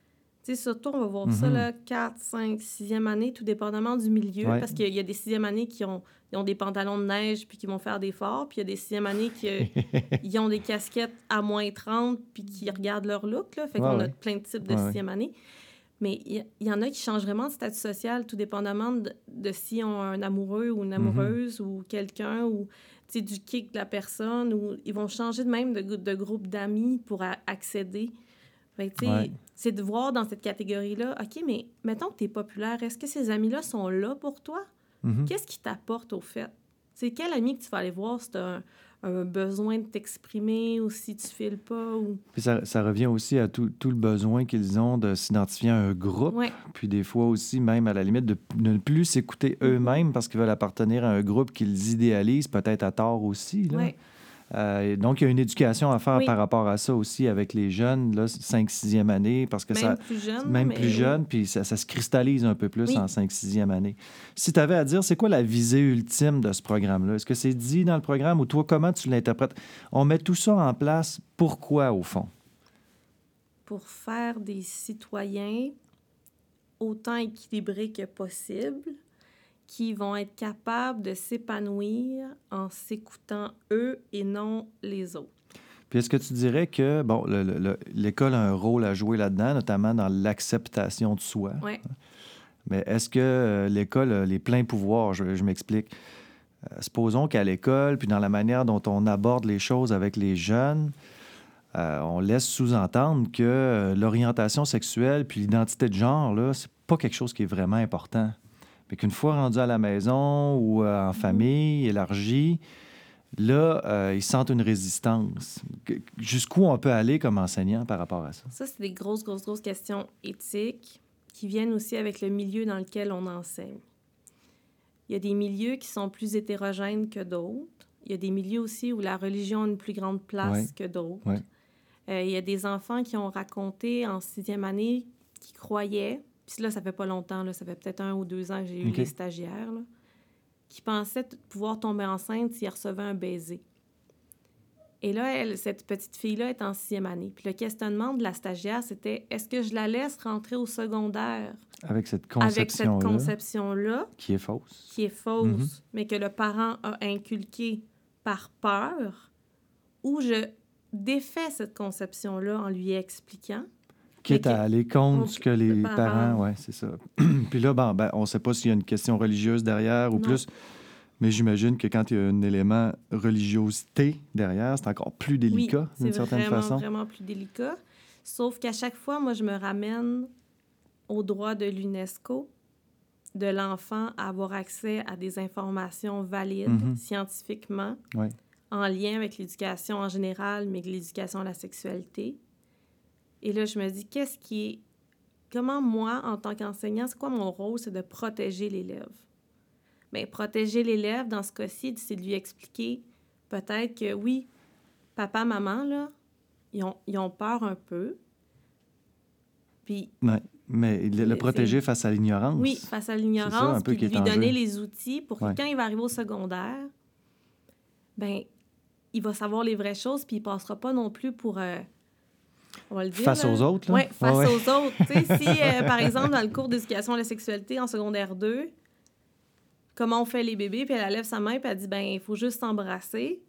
Tu sais, surtout, on va voir ça, là, 4, 5, 6e année, tout dépendamment du milieu, parce qu'il y a des 6e années qui ont des pantalons de neige puis qui vont faire des forts, puis il y a des 6e années qui ont des casquettes à moins 30 puis qui regardent leur look, là. Fait qu'on a plein de types de 6e année. Mais il y en a qui changent vraiment de statut social, tout dépendamment de s'ils ont un amoureux ou une amoureuse ou quelqu'un ou du kick de la personne, ou ils vont changer de même de groupe d'amis pour accéder. Fait que, c'est de voir dans cette catégorie-là, OK, mais mettons que tu es populaire, est-ce que ces amis-là sont là pour toi? Qu'est-ce qui t'apporte au fait? C'est quel ami que tu vas aller voir si tu as un besoin de t'exprimer ou si tu files pas. Ou... Puis ça revient aussi à tout le besoin qu'ils ont de s'identifier à un groupe. Ouais. Puis des fois aussi, même à la limite, de ne plus s'écouter eux-mêmes parce qu'ils veulent appartenir à un groupe qu'ils idéalisent, peut-être à tort aussi. Là. Ouais. Donc, il y a une éducation à faire Oui. par rapport à ça aussi avec les jeunes, là, 5e, 6e année, parce que Même plus jeune. même mais plus jeune, puis ça se cristallise un peu plus Oui. en 5e, 6e année. Si tu avais à dire, c'est quoi la visée ultime de ce programme-là? Est-ce que c'est dit dans le programme ou toi, comment tu l'interprètes? On met tout ça en place, pourquoi, au fond? Pour faire des citoyens autant équilibrés que possible, qui vont être capables de s'épanouir en s'écoutant eux et non les autres. Puis est-ce que tu dirais que, bon, l'école a un rôle à jouer là-dedans, notamment dans l'acceptation de soi? Oui. Mais est-ce que l'école a les pleins pouvoirs? Je m'explique. Supposons qu'à l'école, puis dans la manière dont on aborde les choses avec les jeunes, on laisse sous-entendre que l'orientation sexuelle puis l'identité de genre, là, c'est pas quelque chose qui est vraiment important. Mais qu'une fois rendu à la maison ou en famille élargie, là, ils sentent une résistance. Jusqu'où on peut aller comme enseignant par rapport à ça? Ça, c'est des grosses questions éthiques qui viennent aussi avec le milieu dans lequel on enseigne. Il y a des milieux qui sont plus hétérogènes que d'autres. Il y a des milieux aussi où la religion a une plus grande place que d'autres. Ouais. Il y a des enfants qui ont raconté en 6e année qui croyaient, puis là, ça fait pas longtemps, là, ça fait peut-être 1 ou 2 ans que j'ai eu les stagiaires, là, qui pensaient pouvoir tomber enceinte s'ils recevaient un baiser. Et là, cette petite fille-là est en 6e année. Puis le questionnement de la stagiaire, c'était « Est-ce que je la laisse rentrer au secondaire? » Avec cette conception-là. Qui est fausse. Qui est fausse, mais que le parent a inculqué par peur, ou je défais cette conception-là en lui expliquant. Quitte à aller contre ce que les parents... Oui, c'est ça. Puis là, on ne sait pas s'il y a une question religieuse derrière ou plus, mais j'imagine que quand il y a un élément religiosité derrière, c'est encore plus délicat, d'une certaine façon. C'est vraiment plus délicat. Sauf qu'à chaque fois, moi, je me ramène au droit de l'UNESCO de l'enfant à avoir accès à des informations valides scientifiquement, en lien avec l'éducation en général, mais avec l'éducation à la sexualité. Et là, je me dis, comment moi, en tant qu'enseignant, c'est quoi mon rôle? C'est de protéger l'élève. Bien, protéger l'élève, dans ce cas-ci, c'est de lui expliquer peut-être que, oui, papa, maman, là, ils ont peur un peu. Puis... Ouais, mais le protéger face à l'ignorance. Oui, face à l'ignorance, puis lui donner les outils pour que quand il va arriver au secondaire, bien, il va savoir les vraies choses, puis il ne passera pas non plus pour... on va le dire, face aux autres, là? Oui, face aux autres. Tu sais, si, par exemple, dans le cours d'éducation à la sexualité en secondaire 2, comment on fait les bébés, puis elle lève sa main, puis elle dit, il faut juste s'embrasser.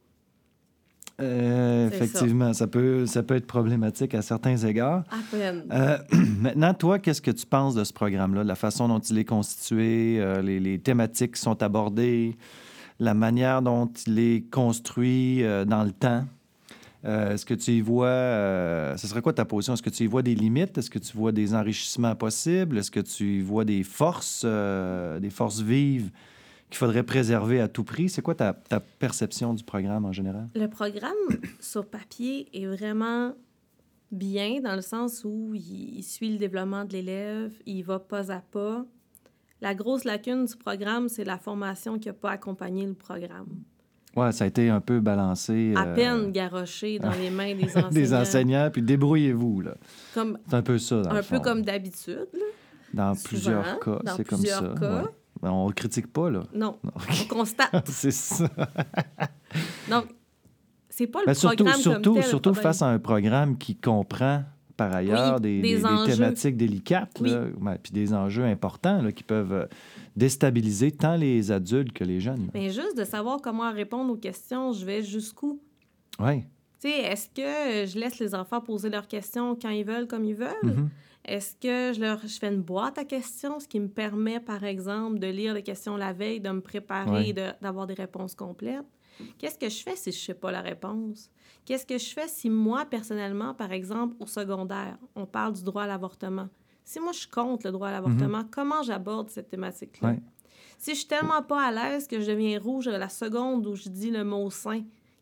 Effectivement, ça peut être problématique à certains égards. À peine. Maintenant, toi, qu'est-ce que tu penses de ce programme-là, de la façon dont il est constitué, les thématiques qui sont abordées, la manière dont il est construit dans le temps? Est-ce que tu y vois... ce serait quoi ta position? Est-ce que tu y vois des limites? Est-ce que tu vois des enrichissements possibles? Est-ce que tu y vois des forces vives qu'il faudrait préserver à tout prix? C'est quoi ta perception du programme en général? Le programme, sur papier, est vraiment bien dans le sens où il suit le développement de l'élève, il va pas à pas. La grosse lacune du programme, c'est la formation qui n'a pas accompagné le programme. Oui, ça a été un peu balancé. À peine garoché dans les mains des enseignants. Des enseignants, puis débrouillez-vous, là. C'est un peu ça, dans le fond. Un peu comme d'habitude, là. Dans plusieurs cas, c'est comme ça. Cas. Ouais. On ne critique pas, là. Non, on constate. C'est ça. Donc, c'est pas le programme comme tel. Surtout face à un programme qui comprend, par ailleurs, des thématiques délicates, puis des enjeux importants là, qui peuvent déstabiliser tant les adultes que les jeunes. Mais juste de savoir comment répondre aux questions, je vais jusqu'où. Oui. Tu sais, est-ce que je laisse les enfants poser leurs questions quand ils veulent, comme ils veulent? Est-ce que je fais une boîte à questions, ce qui me permet, par exemple, de lire les questions la veille, de me préparer et d'avoir des réponses complètes? Qu'est-ce que je fais si je ne sais pas la réponse? Qu'est-ce que je fais si moi, personnellement, par exemple, au secondaire, on parle du droit à l'avortement? Si moi, je compte le droit à l'avortement, comment j'aborde cette thématique-là? Si je suis tellement pas à l'aise que je deviens rouge à la seconde où je dis le mot « sein »,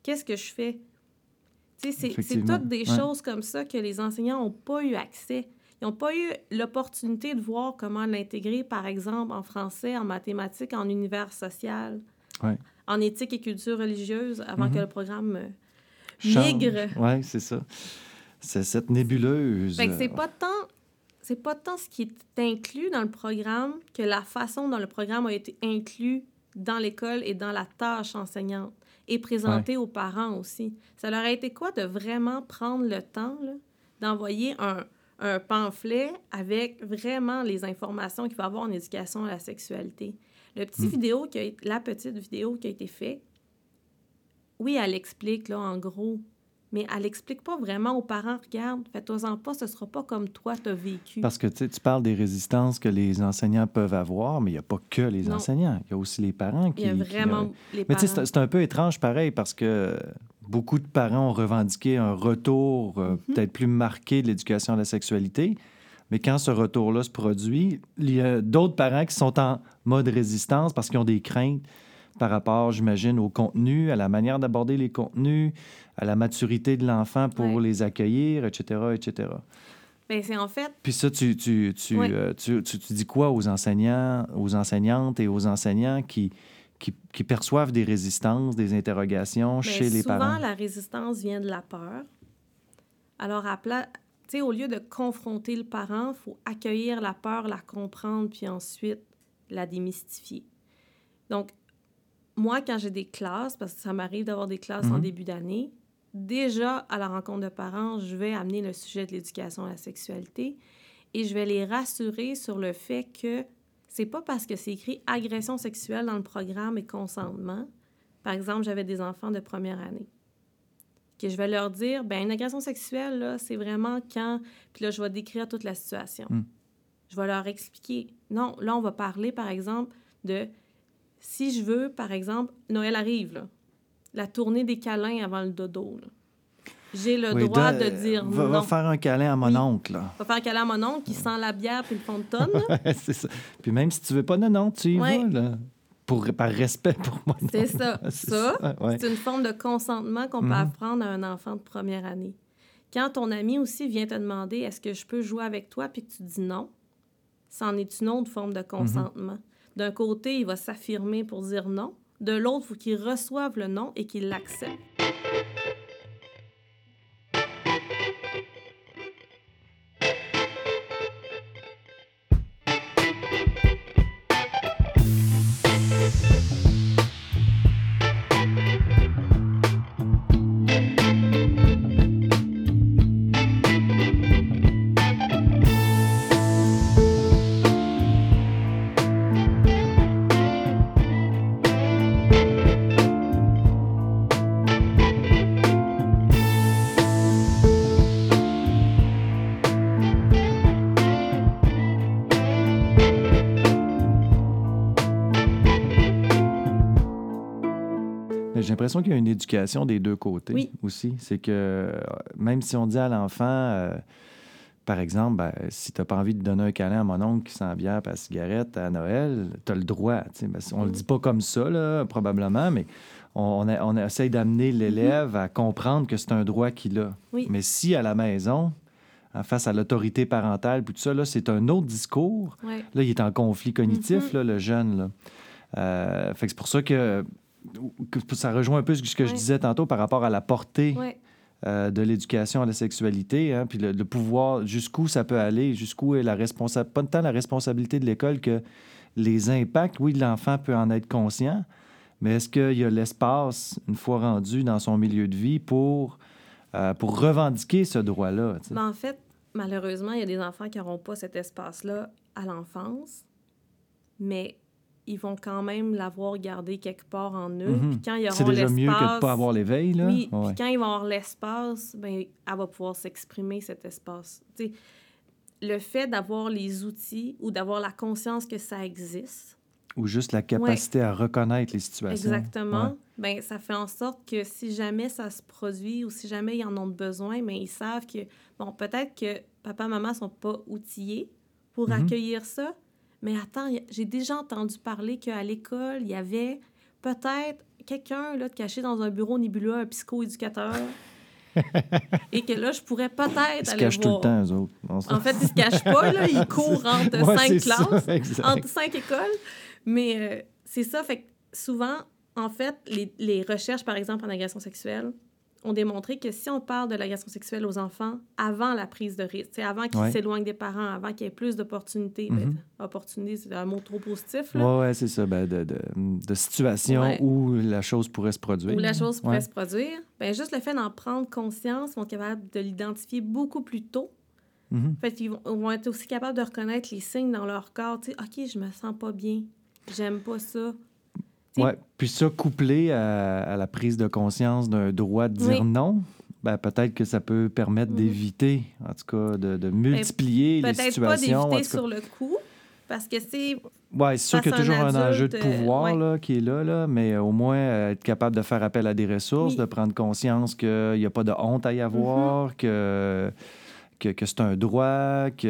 Qu'est-ce que je fais? Tu sais, c'est Effectivement. toutes des choses comme ça que les enseignants n'ont pas eu accès. Ils n'ont pas eu l'opportunité de voir comment l'intégrer, par exemple, en français, en mathématiques, en univers social, Ouais. en éthique et culture religieuse, avant que le programme Change. migre. Oui, c'est ça. C'est cette nébuleuse. Fait que c'est pas tant ce qui est inclus dans le programme que la façon dont le programme a été inclus dans l'école et dans la tâche enseignante et présenté aux parents aussi. Ça leur a été quoi de vraiment prendre le temps là, d'envoyer un pamphlet avec vraiment les informations qu'il va avoir en éducation à la sexualité. La petite vidéo qui a été faite, oui, elle explique, là, en gros, mais elle n'explique pas vraiment aux parents, regarde, fais-toi-en pas, ce ne sera pas comme toi tu as vécu. Parce que tu parles des résistances que les enseignants peuvent avoir, mais il n'y a pas que les enseignants. Il y a aussi les parents qui... Il y a vraiment les mais parents. tu sais, c'est un peu étrange pareil parce que beaucoup de parents ont revendiqué un retour peut-être plus marqué de l'éducation à la sexualité. Mais quand ce retour-là se produit, il y a d'autres parents qui sont en mode résistance parce qu'ils ont des craintes par rapport, j'imagine, au contenu, à la manière d'aborder les contenus, à la maturité de l'enfant pour les accueillir, etc., etc. Bien, c'est en fait... Puis ça, tu dis quoi aux enseignants, aux enseignantes et aux enseignants qui perçoivent des résistances, des interrogations chez les parents? Souvent, la résistance vient de la peur. Alors, au lieu de confronter le parent, il faut accueillir la peur, la comprendre, puis ensuite la démystifier. Donc, moi, quand j'ai des classes, parce que ça m'arrive d'avoir des classes en début d'année, déjà, à la rencontre de parents, je vais amener le sujet de l'éducation à la sexualité et je vais les rassurer sur le fait que c'est pas parce que c'est écrit agression sexuelle dans le programme et consentement. Par exemple, j'avais des enfants de première année que je vais leur dire, bien, une agression sexuelle, là, c'est vraiment quand... Puis là, je vais décrire toute la situation. Je vais leur expliquer. Non, là, on va parler, par exemple, de... Si je veux, par exemple, Noël arrive, là, la tournée des câlins avant le dodo, là. J'ai le droit de dire non. Va faire un câlin à mon oncle. Là. Va faire un câlin à mon oncle qui sent la bière puis le fond de tonne. C'est ça. Puis même si tu veux pas, non, tu y vas, là. Par respect pour moi. C'est ça. C'est une forme de consentement qu'on peut apprendre à un enfant de première année. Quand ton ami aussi vient te demander « Est-ce que je peux jouer avec toi? » puis que tu dis non, c'en est une autre forme de consentement. D'un côté, il va s'affirmer pour dire non. De l'autre, il faut qu'il reçoive le non et qu'il l'accepte. J'ai l'impression qu'il y a une éducation des deux côtés aussi. C'est que même si on dit à l'enfant, par exemple, si tu n'as pas envie de donner un câlin à mon oncle qui sent bière et la cigarette à Noël, tu as le droit. On ne le dit pas comme ça, là, probablement, mais on essaye d'amener l'élève à comprendre que c'est un droit qu'il a. Oui. Mais si à la maison, face à l'autorité parentale, puis tout ça, là, c'est un autre discours. Ouais. Là, il est en conflit cognitif, là, le jeune. Là. Fait que c'est pour ça que ça rejoint un peu ce que je disais tantôt par rapport à la portée de l'éducation à la sexualité, hein, puis le pouvoir, jusqu'où ça peut aller, jusqu'où est la responsabilité, pas tant la responsabilité de l'école que les impacts. Oui, l'enfant peut en être conscient, mais est-ce qu'il y a l'espace, une fois rendu dans son milieu de vie, pour revendiquer ce droit-là? Ben, en fait, malheureusement, il y a des enfants qui n'auront pas cet espace-là à l'enfance, mais ils vont quand même l'avoir gardé quelque part en eux. Puis quand ils auront c'est déjà l'espace, mieux que de ne pas avoir l'éveil, là? Oui, puis quand ils vont avoir l'espace, ben, elle va pouvoir s'exprimer, cet espace. T'sais, le fait d'avoir les outils ou d'avoir la conscience que ça existe... Ou juste la capacité à reconnaître les situations. Exactement. Ben, ça fait en sorte que si jamais ça se produit ou si jamais ils en ont besoin, ben, ils savent que, bon, peut-être que papa et maman ne sont pas outillés pour accueillir ça, mais attends, j'ai déjà entendu parler qu'à l'école, il y avait peut-être quelqu'un là, de caché dans un bureau nébuleux, un psychoéducateur, et que là, je pourrais peut-être aller voir. Ils se cachent tout le temps, eux autres. En fait, ils se cachent pas, là. Ils courent entre Ouais, 5 c'est classes, ça, exact. entre 5 écoles. Mais c'est ça. Fait que souvent, en fait, les recherches, par exemple, en agression sexuelle, ont démontré que si on parle de l'agression sexuelle aux enfants avant la prise de risque, avant qu'ils s'éloignent des parents, avant qu'il y ait plus d'opportunités, opportunités, c'est un mot trop positif, là. Oui, c'est ça, de situations où la chose pourrait se produire. Où la chose pourrait se produire. Bien, juste le fait d'en prendre conscience, ils vont être capables de l'identifier beaucoup plus tôt. Fait qu'ils vont être aussi capables de reconnaître les signes dans leur corps. Tu sais, OK, je me sens pas bien, j'aime pas ça. Oui, puis ça, couplé à la prise de conscience d'un droit de dire non, peut-être que ça peut permettre d'éviter, en tout cas, de multiplier les situations. Peut-être pas d'éviter sur le coup, parce que c'est... Oui, c'est sûr qu'il y a toujours un enjeu de pouvoir là, qui est là, mais au moins être capable de faire appel à des ressources, de prendre conscience qu'il n'y a pas de honte à y avoir, que c'est un droit, qu'il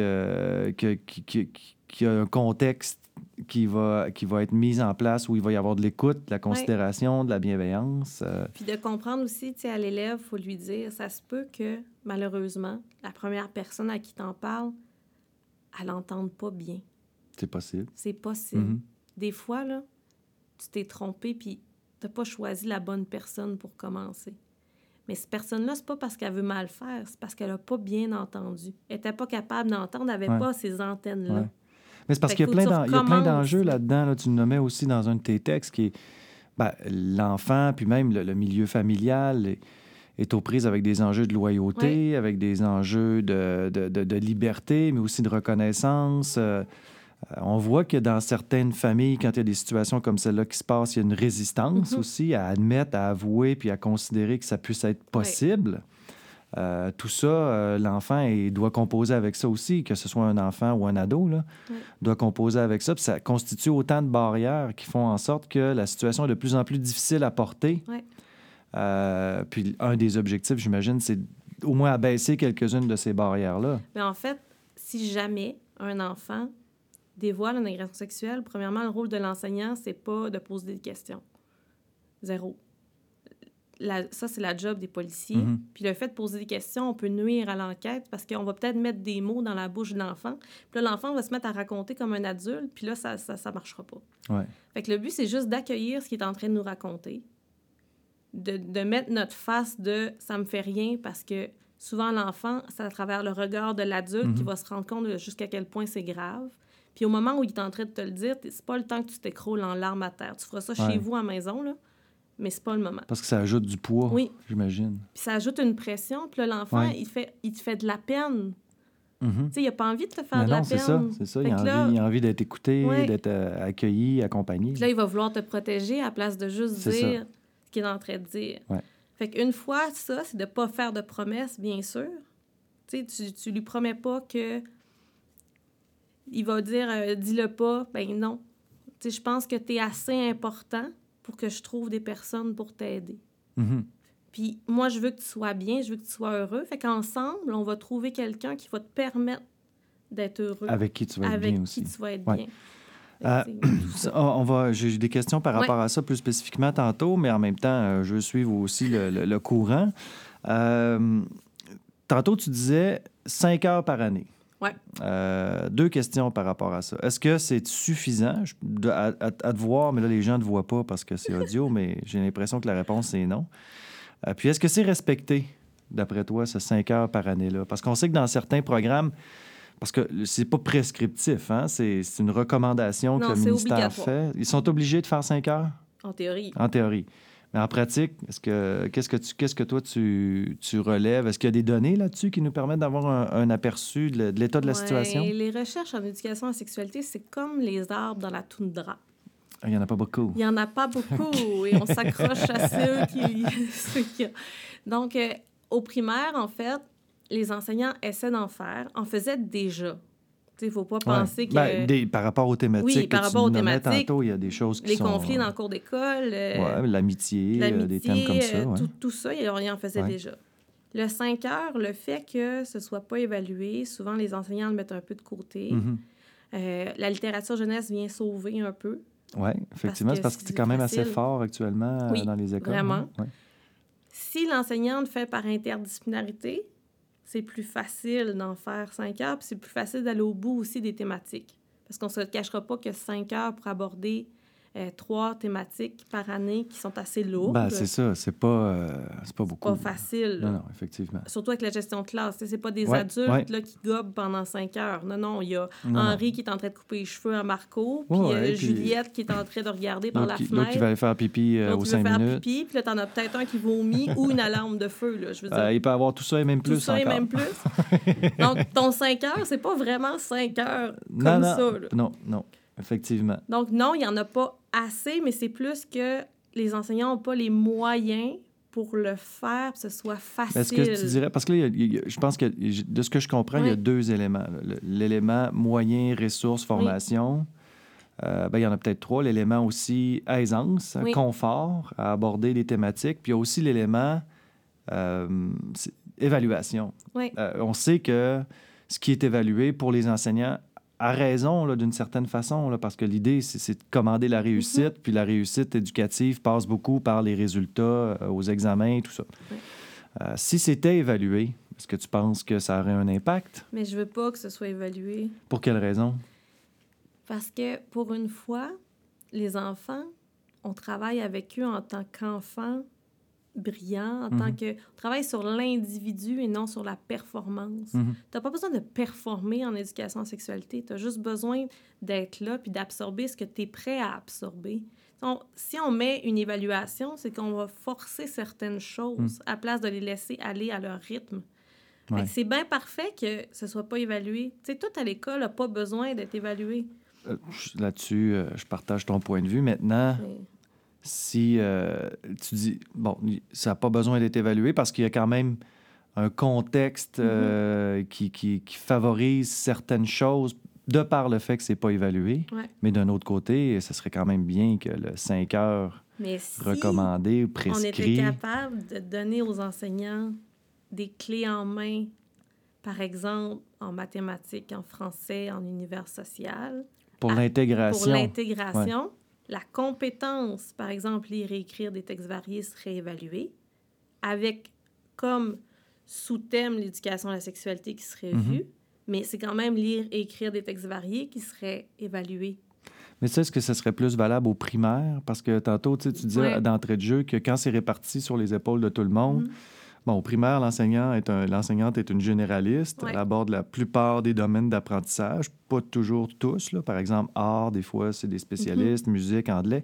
y a un contexte qui va être mise en place où il va y avoir de l'écoute, de la considération, de la bienveillance. Puis de comprendre aussi, tu sais, à l'élève, il faut lui dire, ça se peut que, malheureusement, la première personne à qui t'en parle, elle n'entende pas bien. C'est possible. C'est possible. Des fois, là, tu t'es trompé puis t'as pas choisi la bonne personne pour commencer. Mais cette personne-là, c'est pas parce qu'elle veut mal faire, c'est parce qu'elle a pas bien entendu. Elle était pas capable d'entendre, elle avait pas ces antennes-là. Mais c'est parce qu'il y a plein d'enjeux là-dedans. Là, tu le nommais aussi dans un de tes textes, qui est l'enfant, puis même le milieu familial est aux prises avec des enjeux de loyauté, avec des enjeux de liberté, mais aussi de reconnaissance. On voit que dans certaines familles, quand il y a des situations comme celle-là qui se passent, il y a une résistance aussi à admettre, à avouer, puis à considérer que ça puisse être possible. Tout ça, l'enfant doit composer avec ça aussi, que ce soit un enfant ou un ado, là, doit composer avec ça. Puis ça constitue autant de barrières qui font en sorte que la situation est de plus en plus difficile à porter. Puis un des objectifs, j'imagine, c'est au moins abaisser quelques-unes de ces barrières-là. Mais en fait, si jamais un enfant dévoile une agression sexuelle, premièrement, le rôle de l'enseignant, c'est pas de poser des questions. Zéro. Ça, c'est la job des policiers. Puis le fait de poser des questions, on peut nuire à l'enquête parce qu'on va peut-être mettre des mots dans la bouche de l'enfant. Puis là, l'enfant va se mettre à raconter comme un adulte, puis là, ça marchera pas. Fait que le but, c'est juste d'accueillir ce qu'il est en train de nous raconter, de mettre notre face de « ça me fait rien » parce que souvent, l'enfant, c'est à travers le regard de l'adulte qu'il va se rendre compte de jusqu'à quel point c'est grave. Puis au moment où il est en train de te le dire, c'est pas le temps que tu t'écroules en larmes à terre. Tu feras ça chez vous à la maison, là. Mais c'est pas le moment. Parce que ça ajoute du poids, j'imagine. Puis ça ajoute une pression. Puis là, l'enfant, il te fait de la peine. Tu sais, il n'a pas envie de te faire de la peine. C'est ça. Il a envie d'être écouté, d'être accueilli, accompagné. Puis là, il va vouloir te protéger à la place de juste dire ce qu'il est en train de dire. Fait qu'une fois, ça, c'est de ne pas faire de promesses, bien sûr. Tu sais, tu lui promets pas que il va dire « dis-le pas ». Ben non. Tu sais, je pense que tu es assez important pour que je trouve des personnes pour t'aider. Puis moi, je veux que tu sois bien, je veux que tu sois heureux. Fait qu'ensemble, on va trouver quelqu'un qui va te permettre d'être heureux. Avec qui tu vas être bien aussi. Avec qui tu vas être bien. J'ai des questions par rapport à ça plus spécifiquement tantôt, mais en même temps, je veux suivre aussi le courant. Tantôt, tu disais 5 heures par année. Oui. 2 questions par rapport à ça. Est-ce que c'est suffisant à te voir, mais là, les gens ne te voient pas parce que c'est audio, mais j'ai l'impression que la réponse, c'est non. Puis, est-ce que c'est respecté, d'après toi, ce 5 heures par année-là? Parce qu'on sait que dans certains programmes, parce que c'est pas prescriptif, hein? C'est une recommandation que le ministère fait. Ils sont obligés de faire 5 heures? En théorie. En théorie. Mais en pratique, qu'est-ce que toi, tu relèves? Est-ce qu'il y a des données là-dessus qui nous permettent d'avoir un aperçu de l'état de la situation? Les recherches en éducation à la sexualité, c'est comme les arbres dans la toundra. Il n'y en a pas beaucoup. Il n'y en a pas beaucoup. Et on s'accroche à ceux qui... Donc, au primaire, en fait, les enseignants essaient d'en faire, en faisaient déjà. Il ne faut pas penser que... par rapport aux thématiques par rapport aux thématiques, tantôt, il y a des choses qui les sont... Les conflits dans le cours d'école... l'amitié, des thèmes comme ça. Tout ça, ils en faisaient déjà. Le 5 heures, le fait que ce ne soit pas évalué, souvent les enseignants le mettent un peu de côté. La littérature jeunesse vient sauver un peu Oui, effectivement, c'est parce que c'est quand même assez fort actuellement dans les écoles. Vraiment. Ouais. Si l'enseignante fait par interdisciplinarité, c'est plus facile d'en faire 5 heures, puis c'est plus facile d'aller au bout aussi des thématiques. Parce qu'on ne se cachera pas que 5 heures pour aborder 3 thématiques par année qui sont assez lourdes. Ben, c'est ça, c'est pas beaucoup. Pas facile. Non, effectivement. Surtout avec la gestion de classe. C'est pas des adultes là, qui gobent pendant 5 heures. Non, il y a Henri qui est en train de couper les cheveux à Marco, puis Juliette qui est en train de regarder par la fenêtre. L'autre qui va aller faire pipi aux 5 minutes. Faire pipi, puis là, t'en as peut-être un qui vomit ou une alarme de feu. Là, je veux dire. Il peut avoir tout ça et même plus tout ça encore. Et même plus. Donc, ton 5 heures, c'est pas vraiment 5 heures comme ça. Là. Non, effectivement. Donc, non, il n'y en a pas assez, mais c'est plus que les enseignants n'ont pas les moyens pour le faire, que ce soit facile. Est-ce que tu dirais... Parce que là, je pense que, de ce que je comprends, il y a 2 éléments. Là. L'élément moyen, ressources, formation. Il y en a peut-être 3. L'élément aussi aisance, confort à aborder les thématiques. Puis il y a aussi l'élément évaluation. Oui. On sait que ce qui est évalué pour les enseignants a raison, là, d'une certaine façon, là, parce que l'idée, c'est de commander la réussite, puis la réussite éducative passe beaucoup par les résultats aux examens, tout ça. Oui. Si c'était évalué, est-ce que tu penses que ça aurait un impact? Mais je veux pas que ce soit évalué. Pour quelle raison? Parce que, pour une fois, les enfants, on travaille avec eux en tant qu'enfants brillants, en tant que... On travaille sur l'individu et non sur la performance. Tu n'as pas besoin de performer en éducation en sexualité. Tu as juste besoin d'être là puis d'absorber ce que tu es prêt à absorber. Si on met une évaluation, c'est qu'on va forcer certaines choses à place de les laisser aller à leur rythme. Ouais. C'est bien parfait que ce ne soit pas évalué. Tu sais, tout à l'école n'a pas besoin d'être évalué. Là-dessus, je partage ton point de vue. Maintenant... Oui. Si tu dis, bon, ça n'a pas besoin d'être évalué parce qu'il y a quand même un contexte qui favorise certaines choses de par le fait que ce n'est pas évalué. Ouais. Mais d'un autre côté, ce serait quand même bien que le 5 heures recommandé ou prescrit... on était capable de donner aux enseignants des clés en main, par exemple, en mathématiques, en français, en univers social. Pour l'intégration. Pour l'intégration. Ouais. La compétence, par exemple, lire et écrire des textes variés serait évaluée, avec comme sous-thème l'éducation à la sexualité qui serait vue, mais c'est quand même lire et écrire des textes variés qui serait évalué. Mais tu sais, est-ce que ce serait plus valable aux primaires? Parce que tantôt, tu disais d'entrée de jeu que quand c'est réparti sur les épaules de tout le monde, bon, au primaire, l'enseignante est une généraliste. Ouais. Elle aborde la plupart des domaines d'apprentissage, pas toujours tous. Là. Par exemple, art, des fois, c'est des spécialistes, musique, anglais.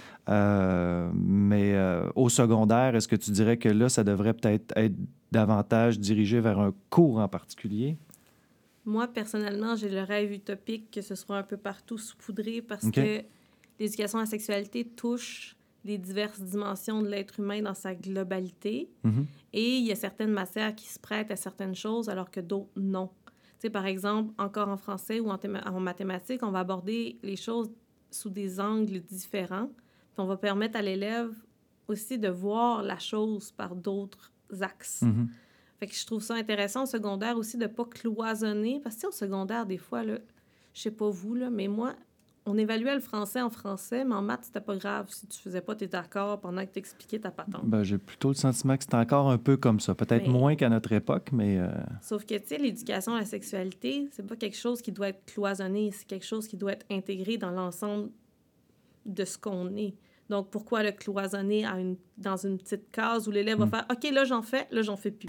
Mais au secondaire, est-ce que tu dirais que là, ça devrait peut-être être davantage dirigé vers un cours en particulier? Moi, personnellement, j'ai le rêve utopique que ce soit un peu partout saupoudré parce que l'éducation à la sexualité touche les diverses dimensions de l'être humain dans sa globalité. Et il y a certaines matières qui se prêtent à certaines choses alors que d'autres non. Tu sais, par exemple, encore en français ou en mathématiques, on va aborder les choses sous des angles différents. Puis on va permettre à l'élève aussi de voir la chose par d'autres axes. Fait que je trouve ça intéressant au secondaire aussi de ne pas cloisonner. Parce que au secondaire, des fois, là, je sais pas vous, là, mais moi, on évaluait le français en français, mais en maths, c'était pas grave si tu faisais pas tes accords pendant que tu expliquais ta patente. Ben, j'ai plutôt le sentiment que c'est encore un peu comme ça. Peut-être moins qu'à notre époque, mais... Sauf que, tu sais, l'éducation à la sexualité, c'est pas quelque chose qui doit être cloisonné, c'est quelque chose qui doit être intégré dans l'ensemble de ce qu'on est. Donc, pourquoi le cloisonner dans une petite case où l'élève va faire « OK, là, j'en fais plus ».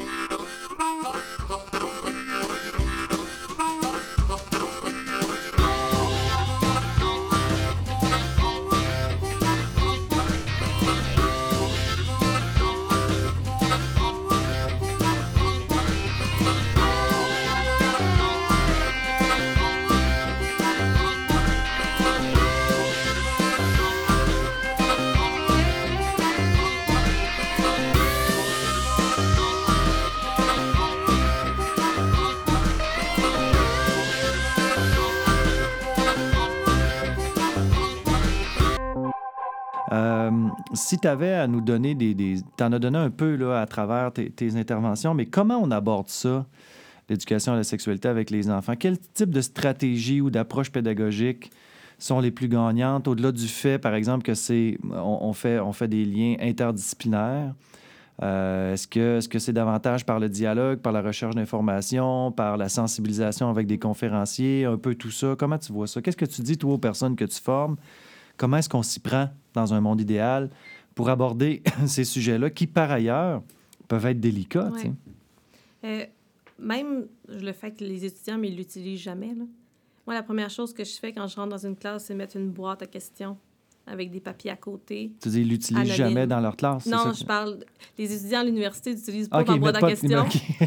Si tu avais à nous donner t'en as donné un peu là, à travers tes interventions, mais comment on aborde ça, l'éducation à la sexualité avec les enfants? Quel type de stratégie ou d'approche pédagogique sont les plus gagnantes, au-delà du fait, par exemple, que on fait des liens interdisciplinaires? Est-ce que c'est davantage par le dialogue, par la recherche d'informations, par la sensibilisation avec des conférenciers, un peu tout ça? Comment tu vois ça? Qu'est-ce que tu dis, toi, aux personnes que tu formes? Comment est-ce qu'on s'y prend dans un monde idéal pour aborder ces sujets-là qui, par ailleurs, peuvent être délicats? Ouais. Même le fait que les étudiants ne l'utilisent jamais. Là. Moi, la première chose que je fais quand je rentre dans une classe, c'est mettre une boîte à questions avec des papiers à côté. Tu dis, ils l'utilisent jamais dans leur classe? Non, je parle... Les étudiants à l'université n'utilisent pas ma boîte à questions.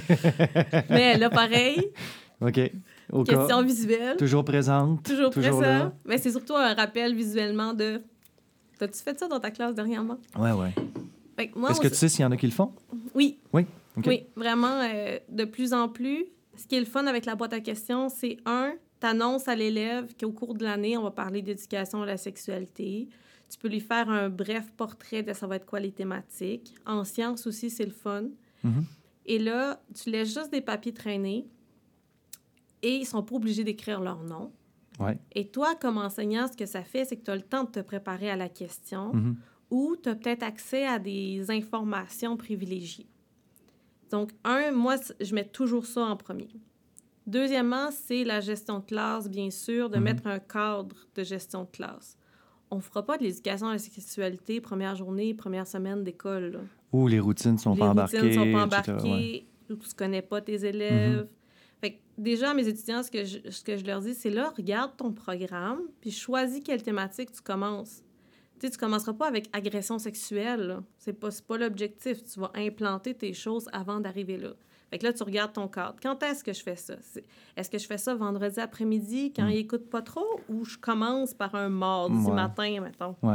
Mais là, pareil. OK. Questions visuelles. Toujours présente. Toujours présente. Mais c'est surtout un rappel visuellement de... T'as-tu fait ça dans ta classe dernièrement? Oui. Est-ce que tu sais s'il y en a qui le font? Oui. Oui? Okay. Oui, vraiment, de plus en plus. Ce qui est le fun avec la boîte à questions, c'est t'annonces à l'élève qu'au cours de l'année, on va parler d'éducation à la sexualité. Tu peux lui faire un bref portrait de ça va être quoi les thématiques. En sciences aussi, c'est le fun. Mm-hmm. Et là, tu laisses juste des papiers traîner et ils ne sont pas obligés d'écrire leur nom. Ouais. Et toi, comme enseignant, ce que ça fait, c'est que tu as le temps de te préparer à la question ou tu as peut-être accès à des informations privilégiées. Donc, moi, je mets toujours ça en premier. Deuxièmement, c'est la gestion de classe, bien sûr, de mettre un cadre de gestion de classe. On ne fera pas de l'éducation à la sexualité première journée, première semaine d'école. Là. Ou les routines ne sont pas embarquées. Les routines ne sont pas embarquées, ou tu ne connais pas tes élèves. Fait que déjà, mes étudiants, ce que je leur dis, c'est là, regarde ton programme, puis choisis quelle thématique tu commences. Tu ne commenceras pas avec agression sexuelle. Là. C'est pas l'objectif. Tu vas implanter tes choses avant d'arriver là. Fait que là, tu regardes ton cadre. Quand est-ce que je fais ça? Est-ce que je fais ça vendredi après-midi quand ils n'écoutent pas trop ou je commence par un mardi matin, mettons? Oui.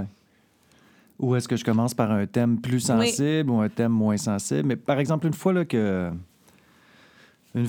Ou est-ce que je commence par un thème plus sensible ou un thème moins sensible? Mais par exemple, une fois que il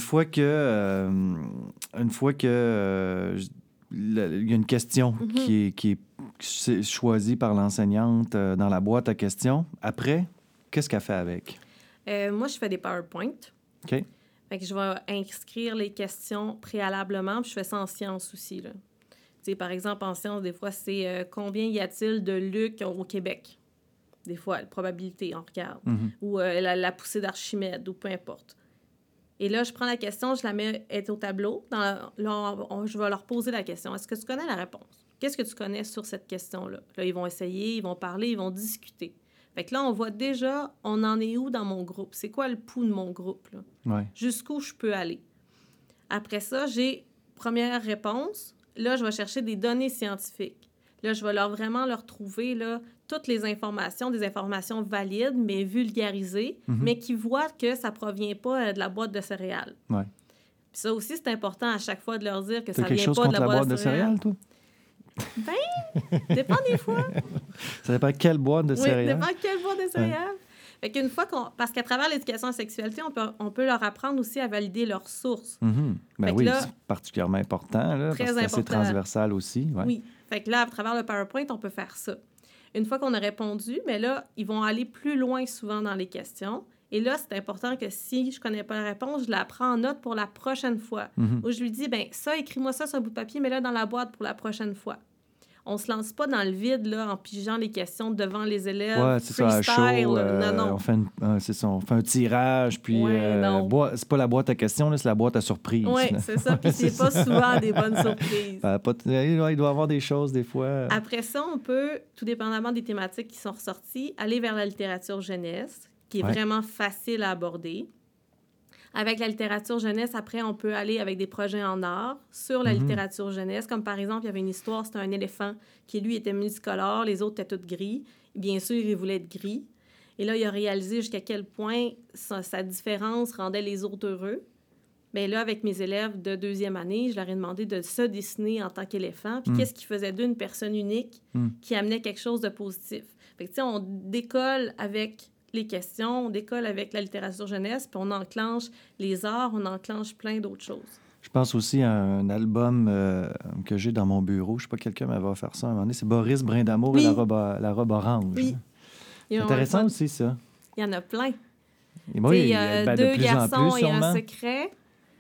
y a une question qui est choisie par l'enseignante dans la boîte à questions, après, qu'est-ce qu'elle fait avec? Moi, je fais des PowerPoint. OK. Fait que je vais inscrire les questions préalablement, puis je fais ça en sciences aussi. Là. Tu sais, par exemple, en sciences, des fois, c'est combien y a-t-il de Luc au Québec? Des fois, la probabilité, on regarde. Ou la poussée d'Archimède, ou peu importe. Et là, je prends la question, je la mets au tableau. Je vais leur poser la question. Est-ce que tu connais la réponse? Qu'est-ce que tu connais sur cette question-là? Là, ils vont essayer, ils vont parler, ils vont discuter. Fait que là, on voit déjà, on en est où dans mon groupe? C'est quoi le pouls de mon groupe? Là? Ouais. Jusqu'où je peux aller? Après ça, j'ai première réponse. Là, je vais chercher des données scientifiques. Là, je vais vraiment leur trouver là, toutes les informations, des informations valides, mais vulgarisées, mais qui voient que ça ne provient pas de la boîte de céréales. Ouais. Puis ça aussi, c'est important à chaque fois de leur dire que ça ne vient pas de la boîte de céréales. Toi? Ben, dépend des fois. Ça dépend quelle boîte de céréales. Oui, dépend quelle boîte de céréales. Fait qu'une fois parce qu'à travers l'éducation à la sexualité, on peut leur apprendre aussi à valider leurs sources. Ben oui, là, c'est particulièrement important, là, parce que c'est assez transversal aussi. Ouais. Oui. Fait que là, à travers le PowerPoint, on peut faire ça. Une fois qu'on a répondu, mais là, ils vont aller plus loin souvent dans les questions. Et là, c'est important que si je connais pas la réponse, je la prends en note pour la prochaine fois. Où je lui dis, ben ça, écris-moi ça sur un bout de papier, mais là, dans la boîte pour la prochaine fois. On se lance pas dans le vide, là, en pigeant les questions devant les élèves. Ouais, c'est ça, à chaud. Non. On fait un tirage, puis c'est pas la boîte à questions, là, c'est la boîte à surprises. Oui, c'est ça, puis c'est pas souvent des bonnes surprises. Il doit y avoir des choses, des fois. Après ça, on peut, tout dépendamment des thématiques qui sont ressorties, aller vers la littérature jeunesse, qui est vraiment facile à aborder. Avec la littérature jeunesse, après, on peut aller avec des projets en art sur la littérature jeunesse. Comme par exemple, il y avait une histoire, c'était un éléphant qui, lui, était multicolore, les autres étaient tous gris. Bien sûr, il voulait être gris. Et là, il a réalisé jusqu'à quel point sa différence rendait les autres heureux. Bien là, avec mes élèves de deuxième année, je leur ai demandé de se dessiner en tant qu'éléphant. Puis qu'est-ce qui faisait d'eux une personne unique qui amenait quelque chose de positif? Fait que, tu sais, on décolle avec les questions, on décolle avec la littérature jeunesse, puis on enclenche les arts, on enclenche plein d'autres choses. Je pense aussi à un album que j'ai dans mon bureau. Je sais pas, quelqu'un m'avait offert ça à un moment donné. C'est Boris Brindamour et la robe orange. Oui. C'est intéressant aussi, ça. Il y en a plein. Et moi, il y a deux garçons et un secret.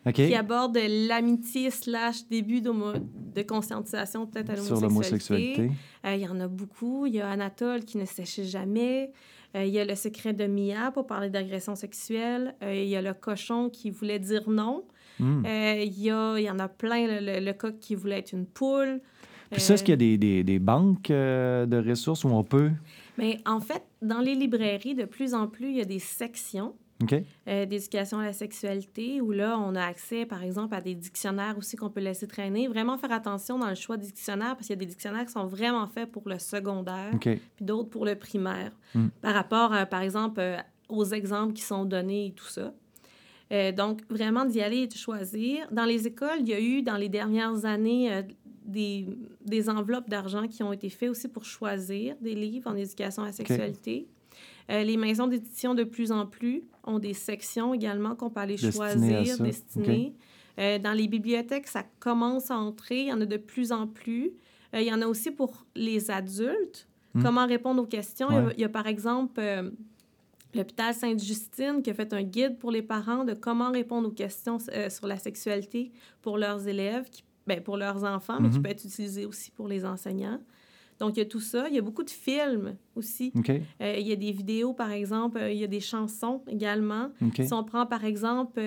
qui aborde l'amitié / début de conscientisation peut-être à sur l'homosexualité. Il y en a beaucoup. Il y a Anatole qui ne séchait jamais. Il y a Le secret de Mia pour parler d'agression sexuelle. Il y a Le cochon qui voulait dire non. Il y en a plein. Le coq qui voulait être une poule. Puis ça, est-ce qu'il y a des banques de ressources où on peut... Mais en fait, dans les librairies, de plus en plus, il y a des sections d'éducation à la sexualité où là, on a accès, par exemple, à des dictionnaires aussi qu'on peut laisser traîner. Vraiment faire attention dans le choix des dictionnaires parce qu'il y a des dictionnaires qui sont vraiment faits pour le secondaire puis d'autres pour le primaire. Par rapport, par exemple, aux exemples qui sont donnés et tout ça. Donc, vraiment d'y aller et de choisir. Dans les écoles, il y a eu, dans les dernières années, des enveloppes d'argent qui ont été faites aussi pour choisir des livres en éducation à la sexualité. Les maisons d'édition, de plus en plus, ont des sections également qu'on peut aller choisir, destinées. Dans les bibliothèques, ça commence à entrer. Il y en a de plus en plus. Il y en a aussi pour les adultes. Comment répondre aux questions. Il y a par exemple... l'hôpital Sainte-Justine qui a fait un guide pour les parents de comment répondre aux questions sur la sexualité pour leurs élèves, pour leurs enfants, mais qui peut être utilisé aussi pour les enseignants. Donc, il y a tout ça. Il y a beaucoup de films aussi. Il y a des vidéos, par exemple. Il y a des chansons également. Si on prend, par exemple...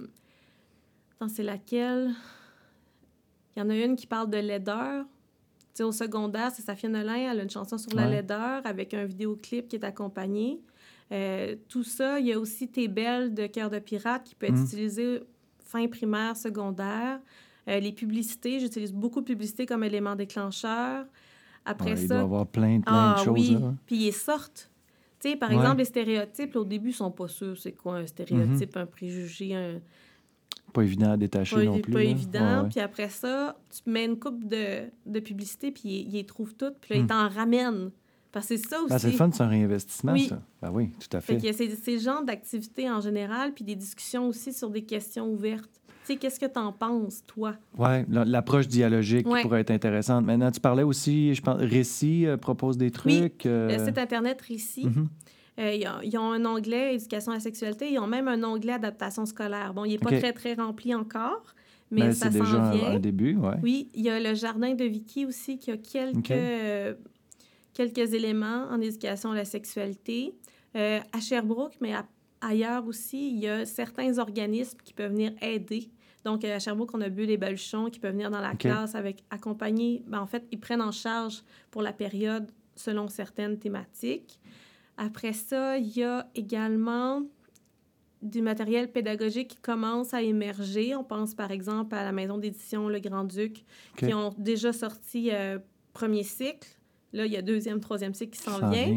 c'est laquelle? Il y en a une qui parle de laideur. Tu sais, au secondaire, c'est Safia Nolin. Elle a une chanson sur la laideur avec un vidéoclip qui est accompagné. Tout ça, il y a aussi T'es belle de Cœur de pirate qui peut être utilisé fin primaire, secondaire. Les publicités, j'utilise beaucoup de publicités comme élément déclencheur. Après ça... Il doit y avoir plein de choses. Oui, là. Puis ils sortent. Tu sais, par exemple, les stéréotypes, là, au début, ils sont pas sûrs c'est quoi un stéréotype, un préjugé, Pas évident à détacher non plus. Pas évident. Puis après ça, tu mets une coupe de publicité, puis ils les trouvent toutes, puis là, ils t'en ramènent. Parce que c'est ça aussi. C'est le fun, c'est un réinvestissement, ça. Oui, tout à fait. Fait qu'il y a ces genres d'activités en général, puis des discussions aussi sur des questions ouvertes. Tu sais, qu'est-ce que tu en penses, toi? Oui, l'approche dialogique qui pourrait être intéressante. Maintenant, tu parlais aussi, je pense, Récit propose des trucs. Oui, le site Internet Récit. Ils ont un onglet éducation à la sexualité. Ils ont même un onglet adaptation scolaire. Bon, il n'est pas très, très rempli encore, mais ça s'en vient. C'est déjà un début, oui. Oui, il y a le Jardin de Vicky aussi qui a quelques éléments en éducation à la sexualité. À Sherbrooke, mais ailleurs aussi, il y a certains organismes qui peuvent venir aider. Donc, à Sherbrooke, on a Bu les Baluchons qui peuvent venir dans la classe accompagner. En fait, ils prennent en charge pour la période selon certaines thématiques. Après ça, il y a également du matériel pédagogique qui commence à émerger. On pense, par exemple, à la maison d'édition Le Grand-Duc qui ont déjà sorti premier cycle. Là, il y a deuxième, troisième cycle qui s'en vient.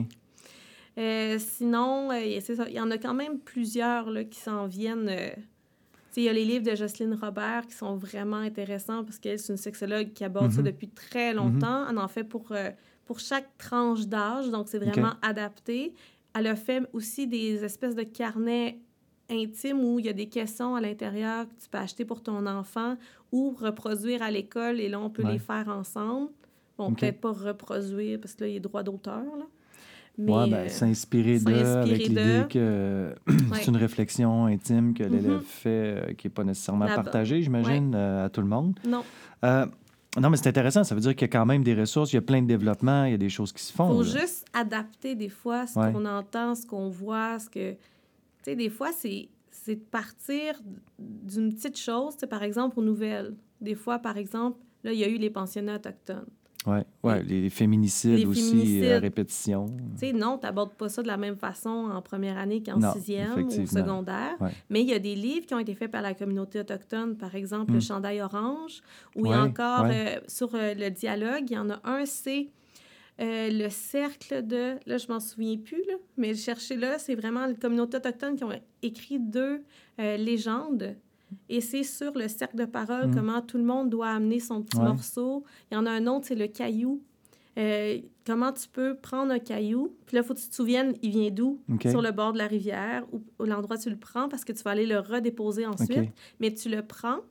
Sinon, c'est ça, il y en a quand même plusieurs là, qui s'en viennent. Il y a les livres de Jocelyne Robert qui sont vraiment intéressants parce qu'elle, c'est une sexologue qui aborde ça depuis très longtemps. Elle en fait pour chaque tranche d'âge, donc c'est vraiment adapté. Elle a fait aussi des espèces de carnets intimes où il y a des questions à l'intérieur que tu peux acheter pour ton enfant ou reproduire à l'école, et là, on peut les faire ensemble. Bon, peut-être pas reproduire parce que là, il y a droit d'auteur, là. Mais, s'inspirer d'eux avec l'idée que c'est une réflexion intime que l'élève fait qui n'est pas nécessairement partagée, j'imagine, à tout le monde. Non. Non, mais c'est intéressant. Ça veut dire qu'il y a quand même des ressources, il y a plein de développement, il y a des choses qui se font. Il faut juste adapter des fois ce qu'on entend, ce qu'on voit, ce que... Tu sais, des fois, c'est de partir d'une petite chose, par exemple, aux nouvelles. Des fois, par exemple, là, il y a eu les pensionnats autochtones. Oui, les féminicides aussi à répétition. Tu sais, non, tu n'abordes pas ça de la même façon en première année qu'en sixième ou au secondaire. Mais il y a des livres qui ont été faits par la communauté autochtone, par exemple, Le Chandail orange, ou il y a encore, sur le dialogue, il y en a un, c'est le cercle de... Là, je m'en souviens plus, là, mais cherchez-là, c'est vraiment la communauté autochtone qui ont écrit 2 légendes. Et c'est sur le cercle de parole, comment tout le monde doit amener son petit morceau. Il y en a un autre, c'est le caillou. Comment tu peux prendre un caillou, puis là, il faut que tu te souviennes, il vient d'où? Sur le bord de la rivière, ou l'endroit où tu le prends, parce que tu vas aller le redéposer ensuite. Mais tu le prends,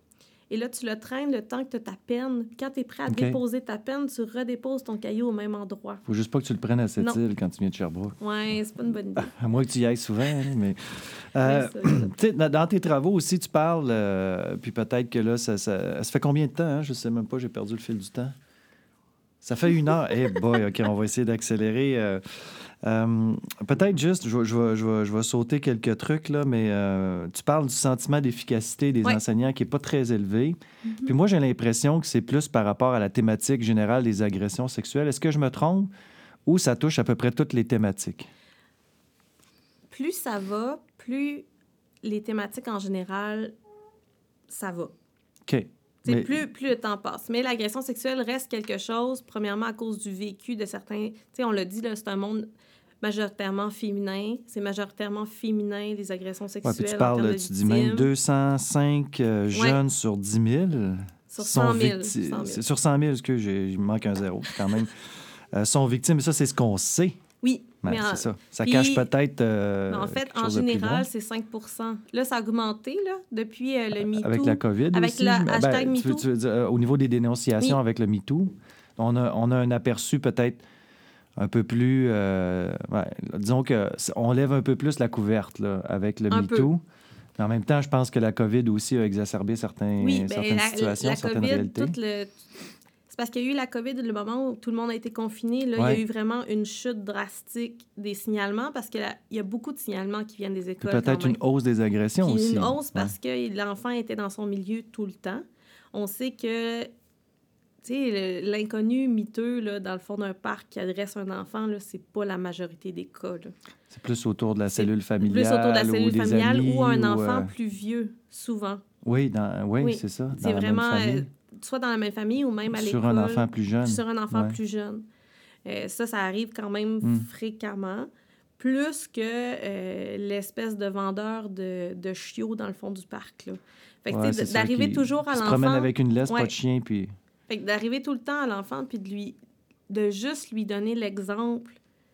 Et là, tu le traînes le temps que tu as ta peine. Quand tu es prêt à OK. déposer ta peine, tu redéposes ton caillou au même endroit. Faut juste pas que tu le prennes à cette Non. île quand tu viens de Sherbrooke. Ouais, c'est pas une bonne idée. À moins que tu y ailles souvent, hein, mais... Mais ça, là. Tu sais, dans tes travaux aussi, tu parles, puis peut-être que là, ça fait combien de temps? Hein? Je sais même pas, j'ai perdu le fil du temps. Ça fait 1 heure. Eh boy, OK, on va essayer d'accélérer. Peut-être juste, je vais sauter quelques trucs, là, mais tu parles du sentiment d'efficacité des enseignants qui n'est pas très élevé. Puis moi, j'ai l'impression que c'est plus par rapport à la thématique générale des agressions sexuelles. Est-ce que je me trompe ou ça touche à peu près toutes les thématiques? Plus ça va, plus les thématiques en général, ça va. OK. Mais... Plus le temps passe. Mais l'agression sexuelle reste quelque chose, premièrement, à cause du vécu de certains... Tu sais, on l'a dit, là, c'est un monde majoritairement féminin. C'est majoritairement féminin, les agressions sexuelles. Puis tu parles, tu dis même 205 jeunes sur 10 000. Sur 100 000. Sur 100 000, excusez, il me manque un zéro, quand même. Sont victimes. Ça, c'est ce qu'on sait. Oui. Mais c'est ça. Ça cache peut-être. En fait, en général, c'est 5 % Là, ça a augmenté là, depuis le MeToo. Avec la COVID avec aussi. Le hashtag MeToo. Tu veux dire, au niveau des dénonciations avec le MeToo, on a un aperçu peut-être un peu plus... disons qu'on lève un peu plus la couverte là, avec le MeToo. Mais en même temps, je pense que la COVID aussi a exacerbé certaines situations, certaines réalités. C'est parce qu'il y a eu la COVID, le moment où tout le monde a été confiné. Là, il y a eu vraiment une chute drastique des signalements parce qu'il y a beaucoup de signalements qui viennent des écoles. Puis peut-être une hausse des agressions aussi. Une hausse parce que l'enfant était dans son milieu tout le temps. On sait que l'inconnu miteux, là, dans le fond d'un parc qui adresse un enfant, là, c'est pas la majorité des cas. Là. C'est plus autour de la cellule familiale. Plus autour de la cellule familiale amis, ou un enfant plus vieux, souvent. Oui, c'est ça. C'est vraiment... soit dans la même famille ou même à l'école. Sur un enfant plus jeune. Sur un enfant plus jeune. Ça arrive quand même fréquemment. Plus que l'espèce de vendeur de chiots dans le fond du parc. Là. Fait que, d'arriver toujours à l'enfant... Il se promène avec une laisse, pas de chien, puis... Fait que d'arriver tout le temps à l'enfant, puis de juste lui donner l'exemple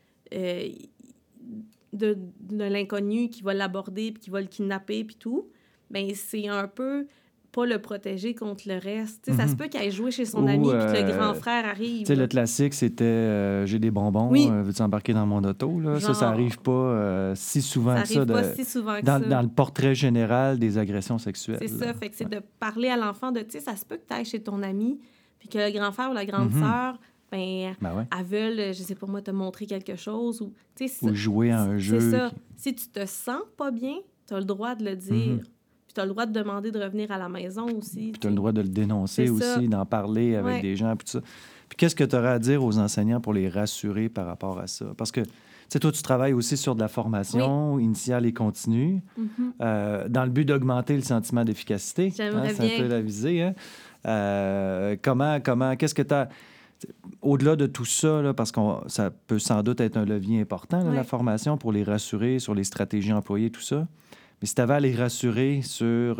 de l'inconnu qui va l'aborder, puis qui va le kidnapper, puis tout, bien, c'est un peu... pas le protéger contre le reste. Ça se peut qu'elle ait joué chez son ami puis que le grand frère arrive. Le classique, c'était j'ai des bonbons, veux-tu embarquer dans mon auto? Là? Genre, ça n'arrive pas si souvent que ça. Dans le portrait général des agressions sexuelles. C'est ça, fait que c'est de parler à l'enfant de, ça se peut que tu ailles chez ton ami puis que le grand frère ou la grande sœur, elle veut, je sais pas moi, te montrer quelque chose ou jouer à un jeu. C'est ça. Si tu te sens pas bien, tu as le droit de le dire. Puis tu as le droit de demander de revenir à la maison aussi. Puis tu as le droit de le dénoncer aussi, d'en parler avec des gens, puis tout ça. Puis qu'est-ce que tu aurais à dire aux enseignants pour les rassurer par rapport à ça? Parce que, tu sais, toi, tu travailles aussi sur de la formation initiale et continue, dans le but d'augmenter le sentiment d'efficacité. J'aimerais bien. C'est un peu la visée, hein? Qu'est-ce que tu as... Au-delà de tout ça, là, parce que ça peut sans doute être un levier important, là, la formation, pour les rassurer sur les stratégies employées, tout ça. Mais si tu avais à les rassurer sur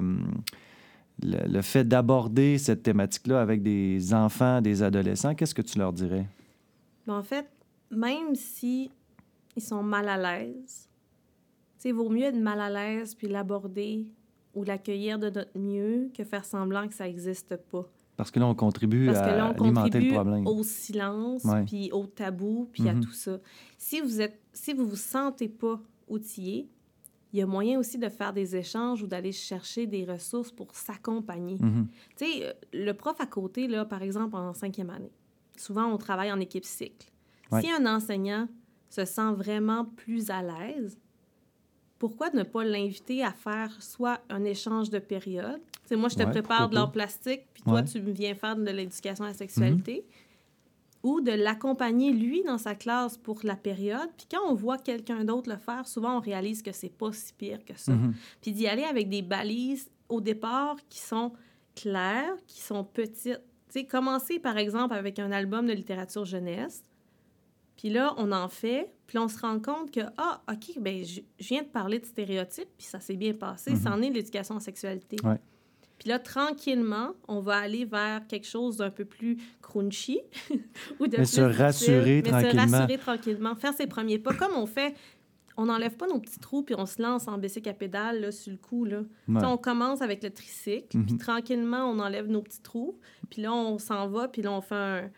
le fait d'aborder cette thématique-là avec des enfants, des adolescents, qu'est-ce que tu leur dirais? En fait, même si ils sont mal à l'aise, il vaut mieux être mal à l'aise puis l'aborder ou l'accueillir de notre mieux que faire semblant que ça n'existe pas. Parce que là, on contribue à alimenter le problème. Au silence, puis au tabou, puis à tout ça. Si vous vous sentez pas outillé, il y a moyen aussi de faire des échanges ou d'aller chercher des ressources pour s'accompagner. Tu sais, le prof à côté, là, par exemple, en 5e année, souvent, on travaille en équipe cycle. Si un enseignant se sent vraiment plus à l'aise, pourquoi ne pas l'inviter à faire soit un échange de période? T'sais, moi, je te prépare de l'art plastique, puis toi, tu me viens faire de l'éducation à la sexualité. Ou de l'accompagner, lui, dans sa classe pour la période. Puis quand on voit quelqu'un d'autre le faire, souvent, on réalise que c'est pas si pire que ça. Puis d'y aller avec des balises, au départ, qui sont claires, qui sont petites. Tu sais, commencer, par exemple, avec un album de littérature jeunesse. Puis là, on en fait, puis on se rend compte que, OK, bien, je viens de parler de stéréotypes, puis ça s'est bien passé. C'en est l'éducation en sexualité. Puis là, tranquillement, on va aller vers quelque chose d'un peu plus crunchy. Ou de mais se rassurer tranquillement. Se rassurer tranquillement. Faire ses premiers pas, comme on fait on n'enlève pas nos petits trous puis on se lance en bicycle à pédale là, sur le coup. Là. Ouais. On commence avec le tricycle, puis tranquillement, on enlève nos petits trous, puis là, on s'en va, puis là, on fait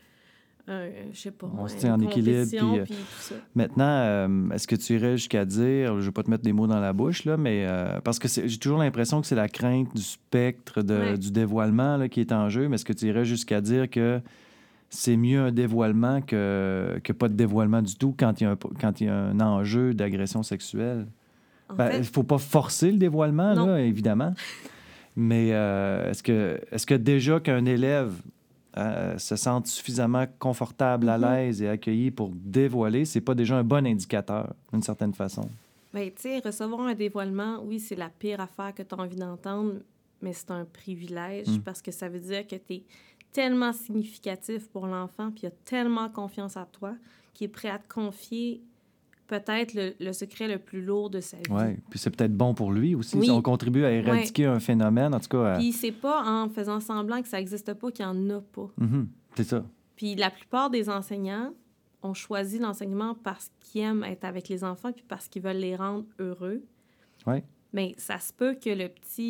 je sais pas, on se tient en équilibre. Puis tout ça. Maintenant, est-ce que tu irais jusqu'à dire, je ne vais pas te mettre des mots dans la bouche, là, mais parce que j'ai toujours l'impression que c'est la crainte du spectre du dévoilement là, qui est en jeu, mais est-ce que tu irais jusqu'à dire que c'est mieux un dévoilement que pas de dévoilement du tout quand il y a un enjeu d'agression sexuelle? Il ne faut pas forcer le dévoilement, là, évidemment. Mais est-ce que déjà qu'un élève se sente suffisamment confortable, à l'aise et accueilli pour dévoiler, c'est pas déjà un bon indicateur, d'une certaine façon? Bien, tu sais, recevoir un dévoilement, oui, c'est la pire affaire que tu as envie d'entendre, mais c'est un privilège parce que ça veut dire que tu es tellement significatif pour l'enfant, puis il a tellement confiance en toi qu'il est prêt à te confier peut-être le secret le plus lourd de sa vie. Oui, puis c'est peut-être bon pour lui aussi. Oui. On contribue à éradiquer un phénomène, en tout cas. Puis c'est pas en faisant semblant que ça n'existe pas qu'il n'y en a pas. C'est ça. Puis la plupart des enseignants ont choisi l'enseignement parce qu'ils aiment être avec les enfants puis parce qu'ils veulent les rendre heureux. Oui. Mais ça se peut que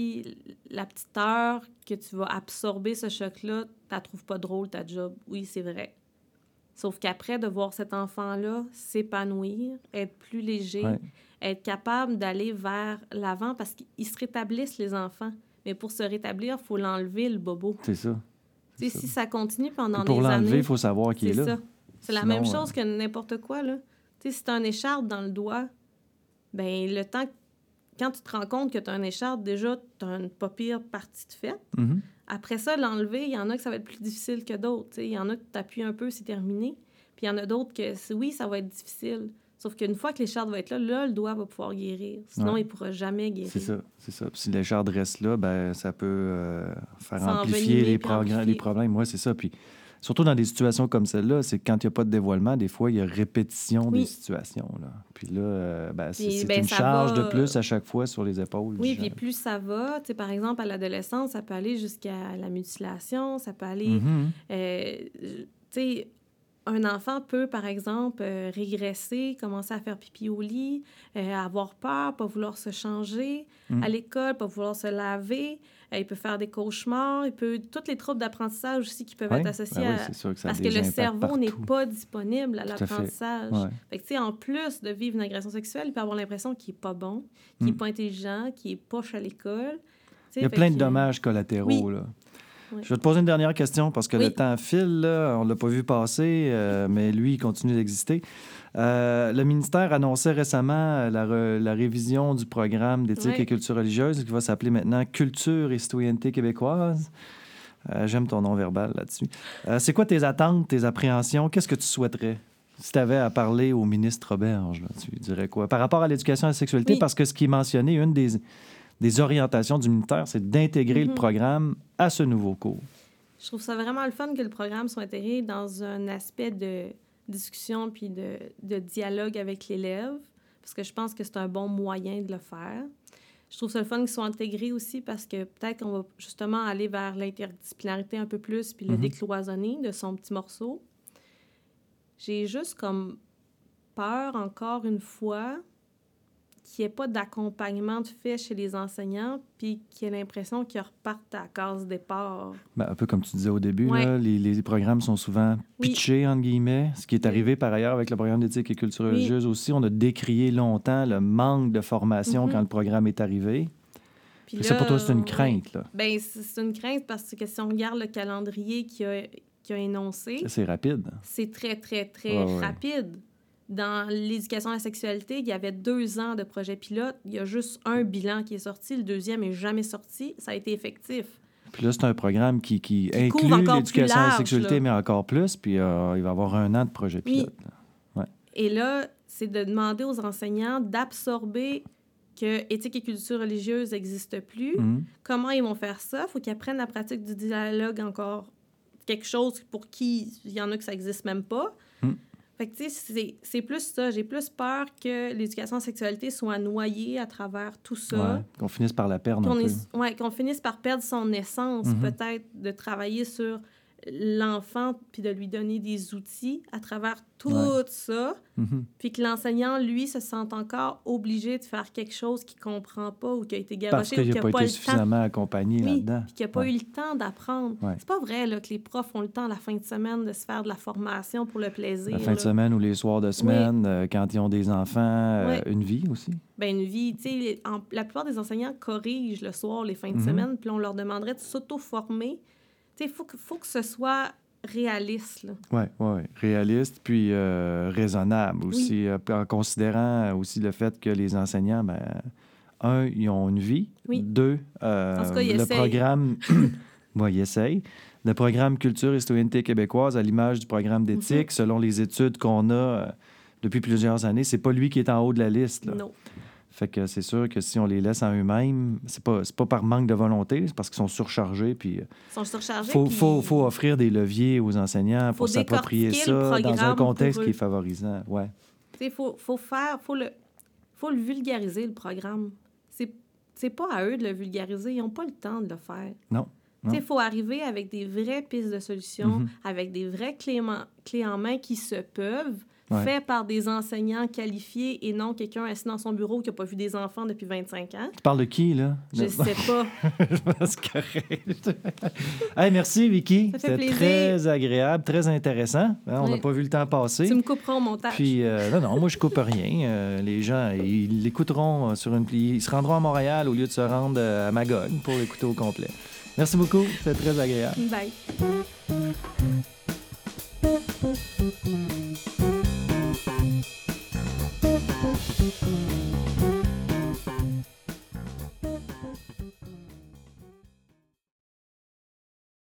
la petite heure que tu vas absorber ce choc-là, tu la trouves pas drôle, ta job. Oui, c'est vrai. Sauf qu'après, de voir cet enfant-là s'épanouir, être plus léger, être capable d'aller vers l'avant, parce qu'ils se rétablissent, les enfants. Mais pour se rétablir, il faut l'enlever, le bobo. C'est ça. Si ça continue pendant des années... Pour l'enlever, il faut savoir qu'il est là. C'est ça. C'est la même chose que n'importe quoi, là. Tu sais, si tu as une écharpe dans le doigt, ben le temps... Quand tu te rends compte que tu as une écharpe, déjà, tu as une pas pire partie de fait. Après ça, l'enlever, il y en a que ça va être plus difficile que d'autres. Il y en a que tu appuies un peu, c'est terminé. Puis il y en a d'autres que, oui, ça va être difficile. Sauf qu'une fois que l'écharpe va être là, le doigt va pouvoir guérir. Sinon, il ne pourra jamais guérir. C'est ça. Puis si l'écharpe reste là, ben ça peut faire amplifier les problèmes. Oui, c'est ça. Puis surtout dans des situations comme celle-là, c'est que quand il n'y a pas de dévoilement, des fois, il y a répétition des situations. Là. Puis là, c'est une charge de plus à chaque fois sur les épaules. Oui, puis plus ça va, tu sais, par exemple, à l'adolescence, ça peut aller jusqu'à la mutilation, ça peut aller... tu sais, un enfant peut, par exemple, régresser, commencer à faire pipi au lit, avoir peur, pas vouloir se changer à l'école, pas vouloir se laver. Il peut faire des cauchemars. Il peut... Tous les troubles d'apprentissage aussi qui peuvent être associés c'est sûr que ça parce que le cerveau n'est pas disponible à Tout l'apprentissage. Fait que, tu sais, en plus de vivre une agression sexuelle, il peut avoir l'impression qu'il n'est pas bon, qu'il n'est pas intelligent, qu'il est poche à l'école. Il y a plein de dommages collatéraux, là. Oui. Je vais te poser une dernière question parce que le temps file, là, on ne l'a pas vu passer, mais lui, il continue d'exister. Le ministère annonçait récemment la révision du programme d'éthique et culture religieuse qui va s'appeler maintenant Culture et citoyenneté québécoise. J'aime ton nom verbal là-dessus. C'est quoi tes attentes, tes appréhensions? Qu'est-ce que tu souhaiterais? Si tu avais à parler au ministre Roberge, là, tu dirais quoi? Par rapport à l'éducation à la sexualité, parce que ce qui est mentionné, une des orientations du ministère, c'est d'intégrer le programme à ce nouveau cours. Je trouve ça vraiment le fun que le programme soit intégré dans un aspect de discussion puis de dialogue avec l'élève, parce que je pense que c'est un bon moyen de le faire. Je trouve ça le fun qu'ils soient intégrés aussi parce que peut-être qu'on va justement aller vers l'interdisciplinarité un peu plus puis le décloisonner de son petit morceau. J'ai juste comme peur, encore une fois, qu'il n'y ait pas d'accompagnement de fait chez les enseignants puis qu'il y ait l'impression qu'ils repartent à la case départ. Un peu comme tu disais au début, là, les programmes sont souvent pitchés, entre guillemets, ce qui est arrivé par ailleurs avec le programme d'éthique et culture religieuse aussi. On a décrié longtemps le manque de formation quand le programme est arrivé. Puis ça, pour toi, c'est une crainte. Là. Bien, c'est une crainte parce que si on regarde le calendrier qu'il a énoncé... C'est rapide. C'est très, très, très rapide. Dans l'éducation à la sexualité, il y avait 2 ans de projet pilote. Il y a juste un bilan qui est sorti. Le 2e n'est jamais sorti. Ça a été effectif. Puis là, c'est un programme qui inclut l'éducation à la sexualité, mais encore plus. Puis il va y avoir 1 an de projet pilote. Oui. Et là, c'est de demander aux enseignants d'absorber que éthique et culture religieuse n'existe plus. Comment ils vont faire ça? Il faut qu'ils apprennent la pratique du dialogue encore. Quelque chose pour qui il y en a que ça n'existe même pas. Fait que, tu sais, c'est plus ça. J'ai plus peur que l'éducation à la sexualité soit noyée à travers tout ça. Qu'on finisse par la perdre un peu. Qu'on finisse par perdre son essence, peut-être, de travailler sur l'enfant, puis de lui donner des outils à travers tout ça, puis que l'enseignant, lui, se sente encore obligé de faire quelque chose qu'il ne comprend pas ou qui a été garoché. Parce qu'il n'a pas été suffisamment accompagné là-dedans. Puis qu'il n'a pas eu le temps d'apprendre. C'est pas vrai là, que les profs ont le temps la fin de semaine de se faire de la formation pour le plaisir. La fin de semaine ou les soirs de semaine, quand ils ont des enfants, une vie aussi. Bien, une vie, tu sais, la plupart des enseignants corrigent le soir, les fins de semaine, puis on leur demanderait de s'auto-former. Tu sais, il faut que ce soit réaliste. Oui, réaliste, puis raisonnable aussi, en considérant aussi le fait que les enseignants, un, ils ont une vie, deux, en tout cas, le programme, ils essayent. Le programme Culture et citoyenneté québécoise, à l'image du programme d'éthique, selon les études qu'on a depuis plusieurs années, c'est pas lui qui est en haut de la liste. Là. Non. Fait que c'est sûr que si on les laisse à eux-mêmes, c'est pas par manque de volonté, c'est parce qu'ils sont surchargés. Puis ils sont surchargés. Faut offrir des leviers aux enseignants pour s'approprier ça dans un contexte qui est favorisant. Ouais. Il faut le vulgariser, le programme. C'est pas à eux de le vulgariser. Ils n'ont pas le temps de le faire. Non. Il faut arriver avec des vraies pistes de solutions, avec des vraies clés en main qui se peuvent, fait par des enseignants qualifiés et non quelqu'un assis dans son bureau qui n'a pas vu des enfants depuis 25 ans. Tu parles de qui, là? Je ne sais pas. C'est correct. Hey, merci, Vicky. C'était très agréable, très intéressant. On n'a pas vu le temps passer. Tu me couperas au montage. Puis, non, moi, je coupe rien. Les gens, ils l'écouteront sur une pli. Ils se rendront à Montréal au lieu de se rendre à Magog pour l'écouter au complet. Merci beaucoup. C'était très agréable. Bye.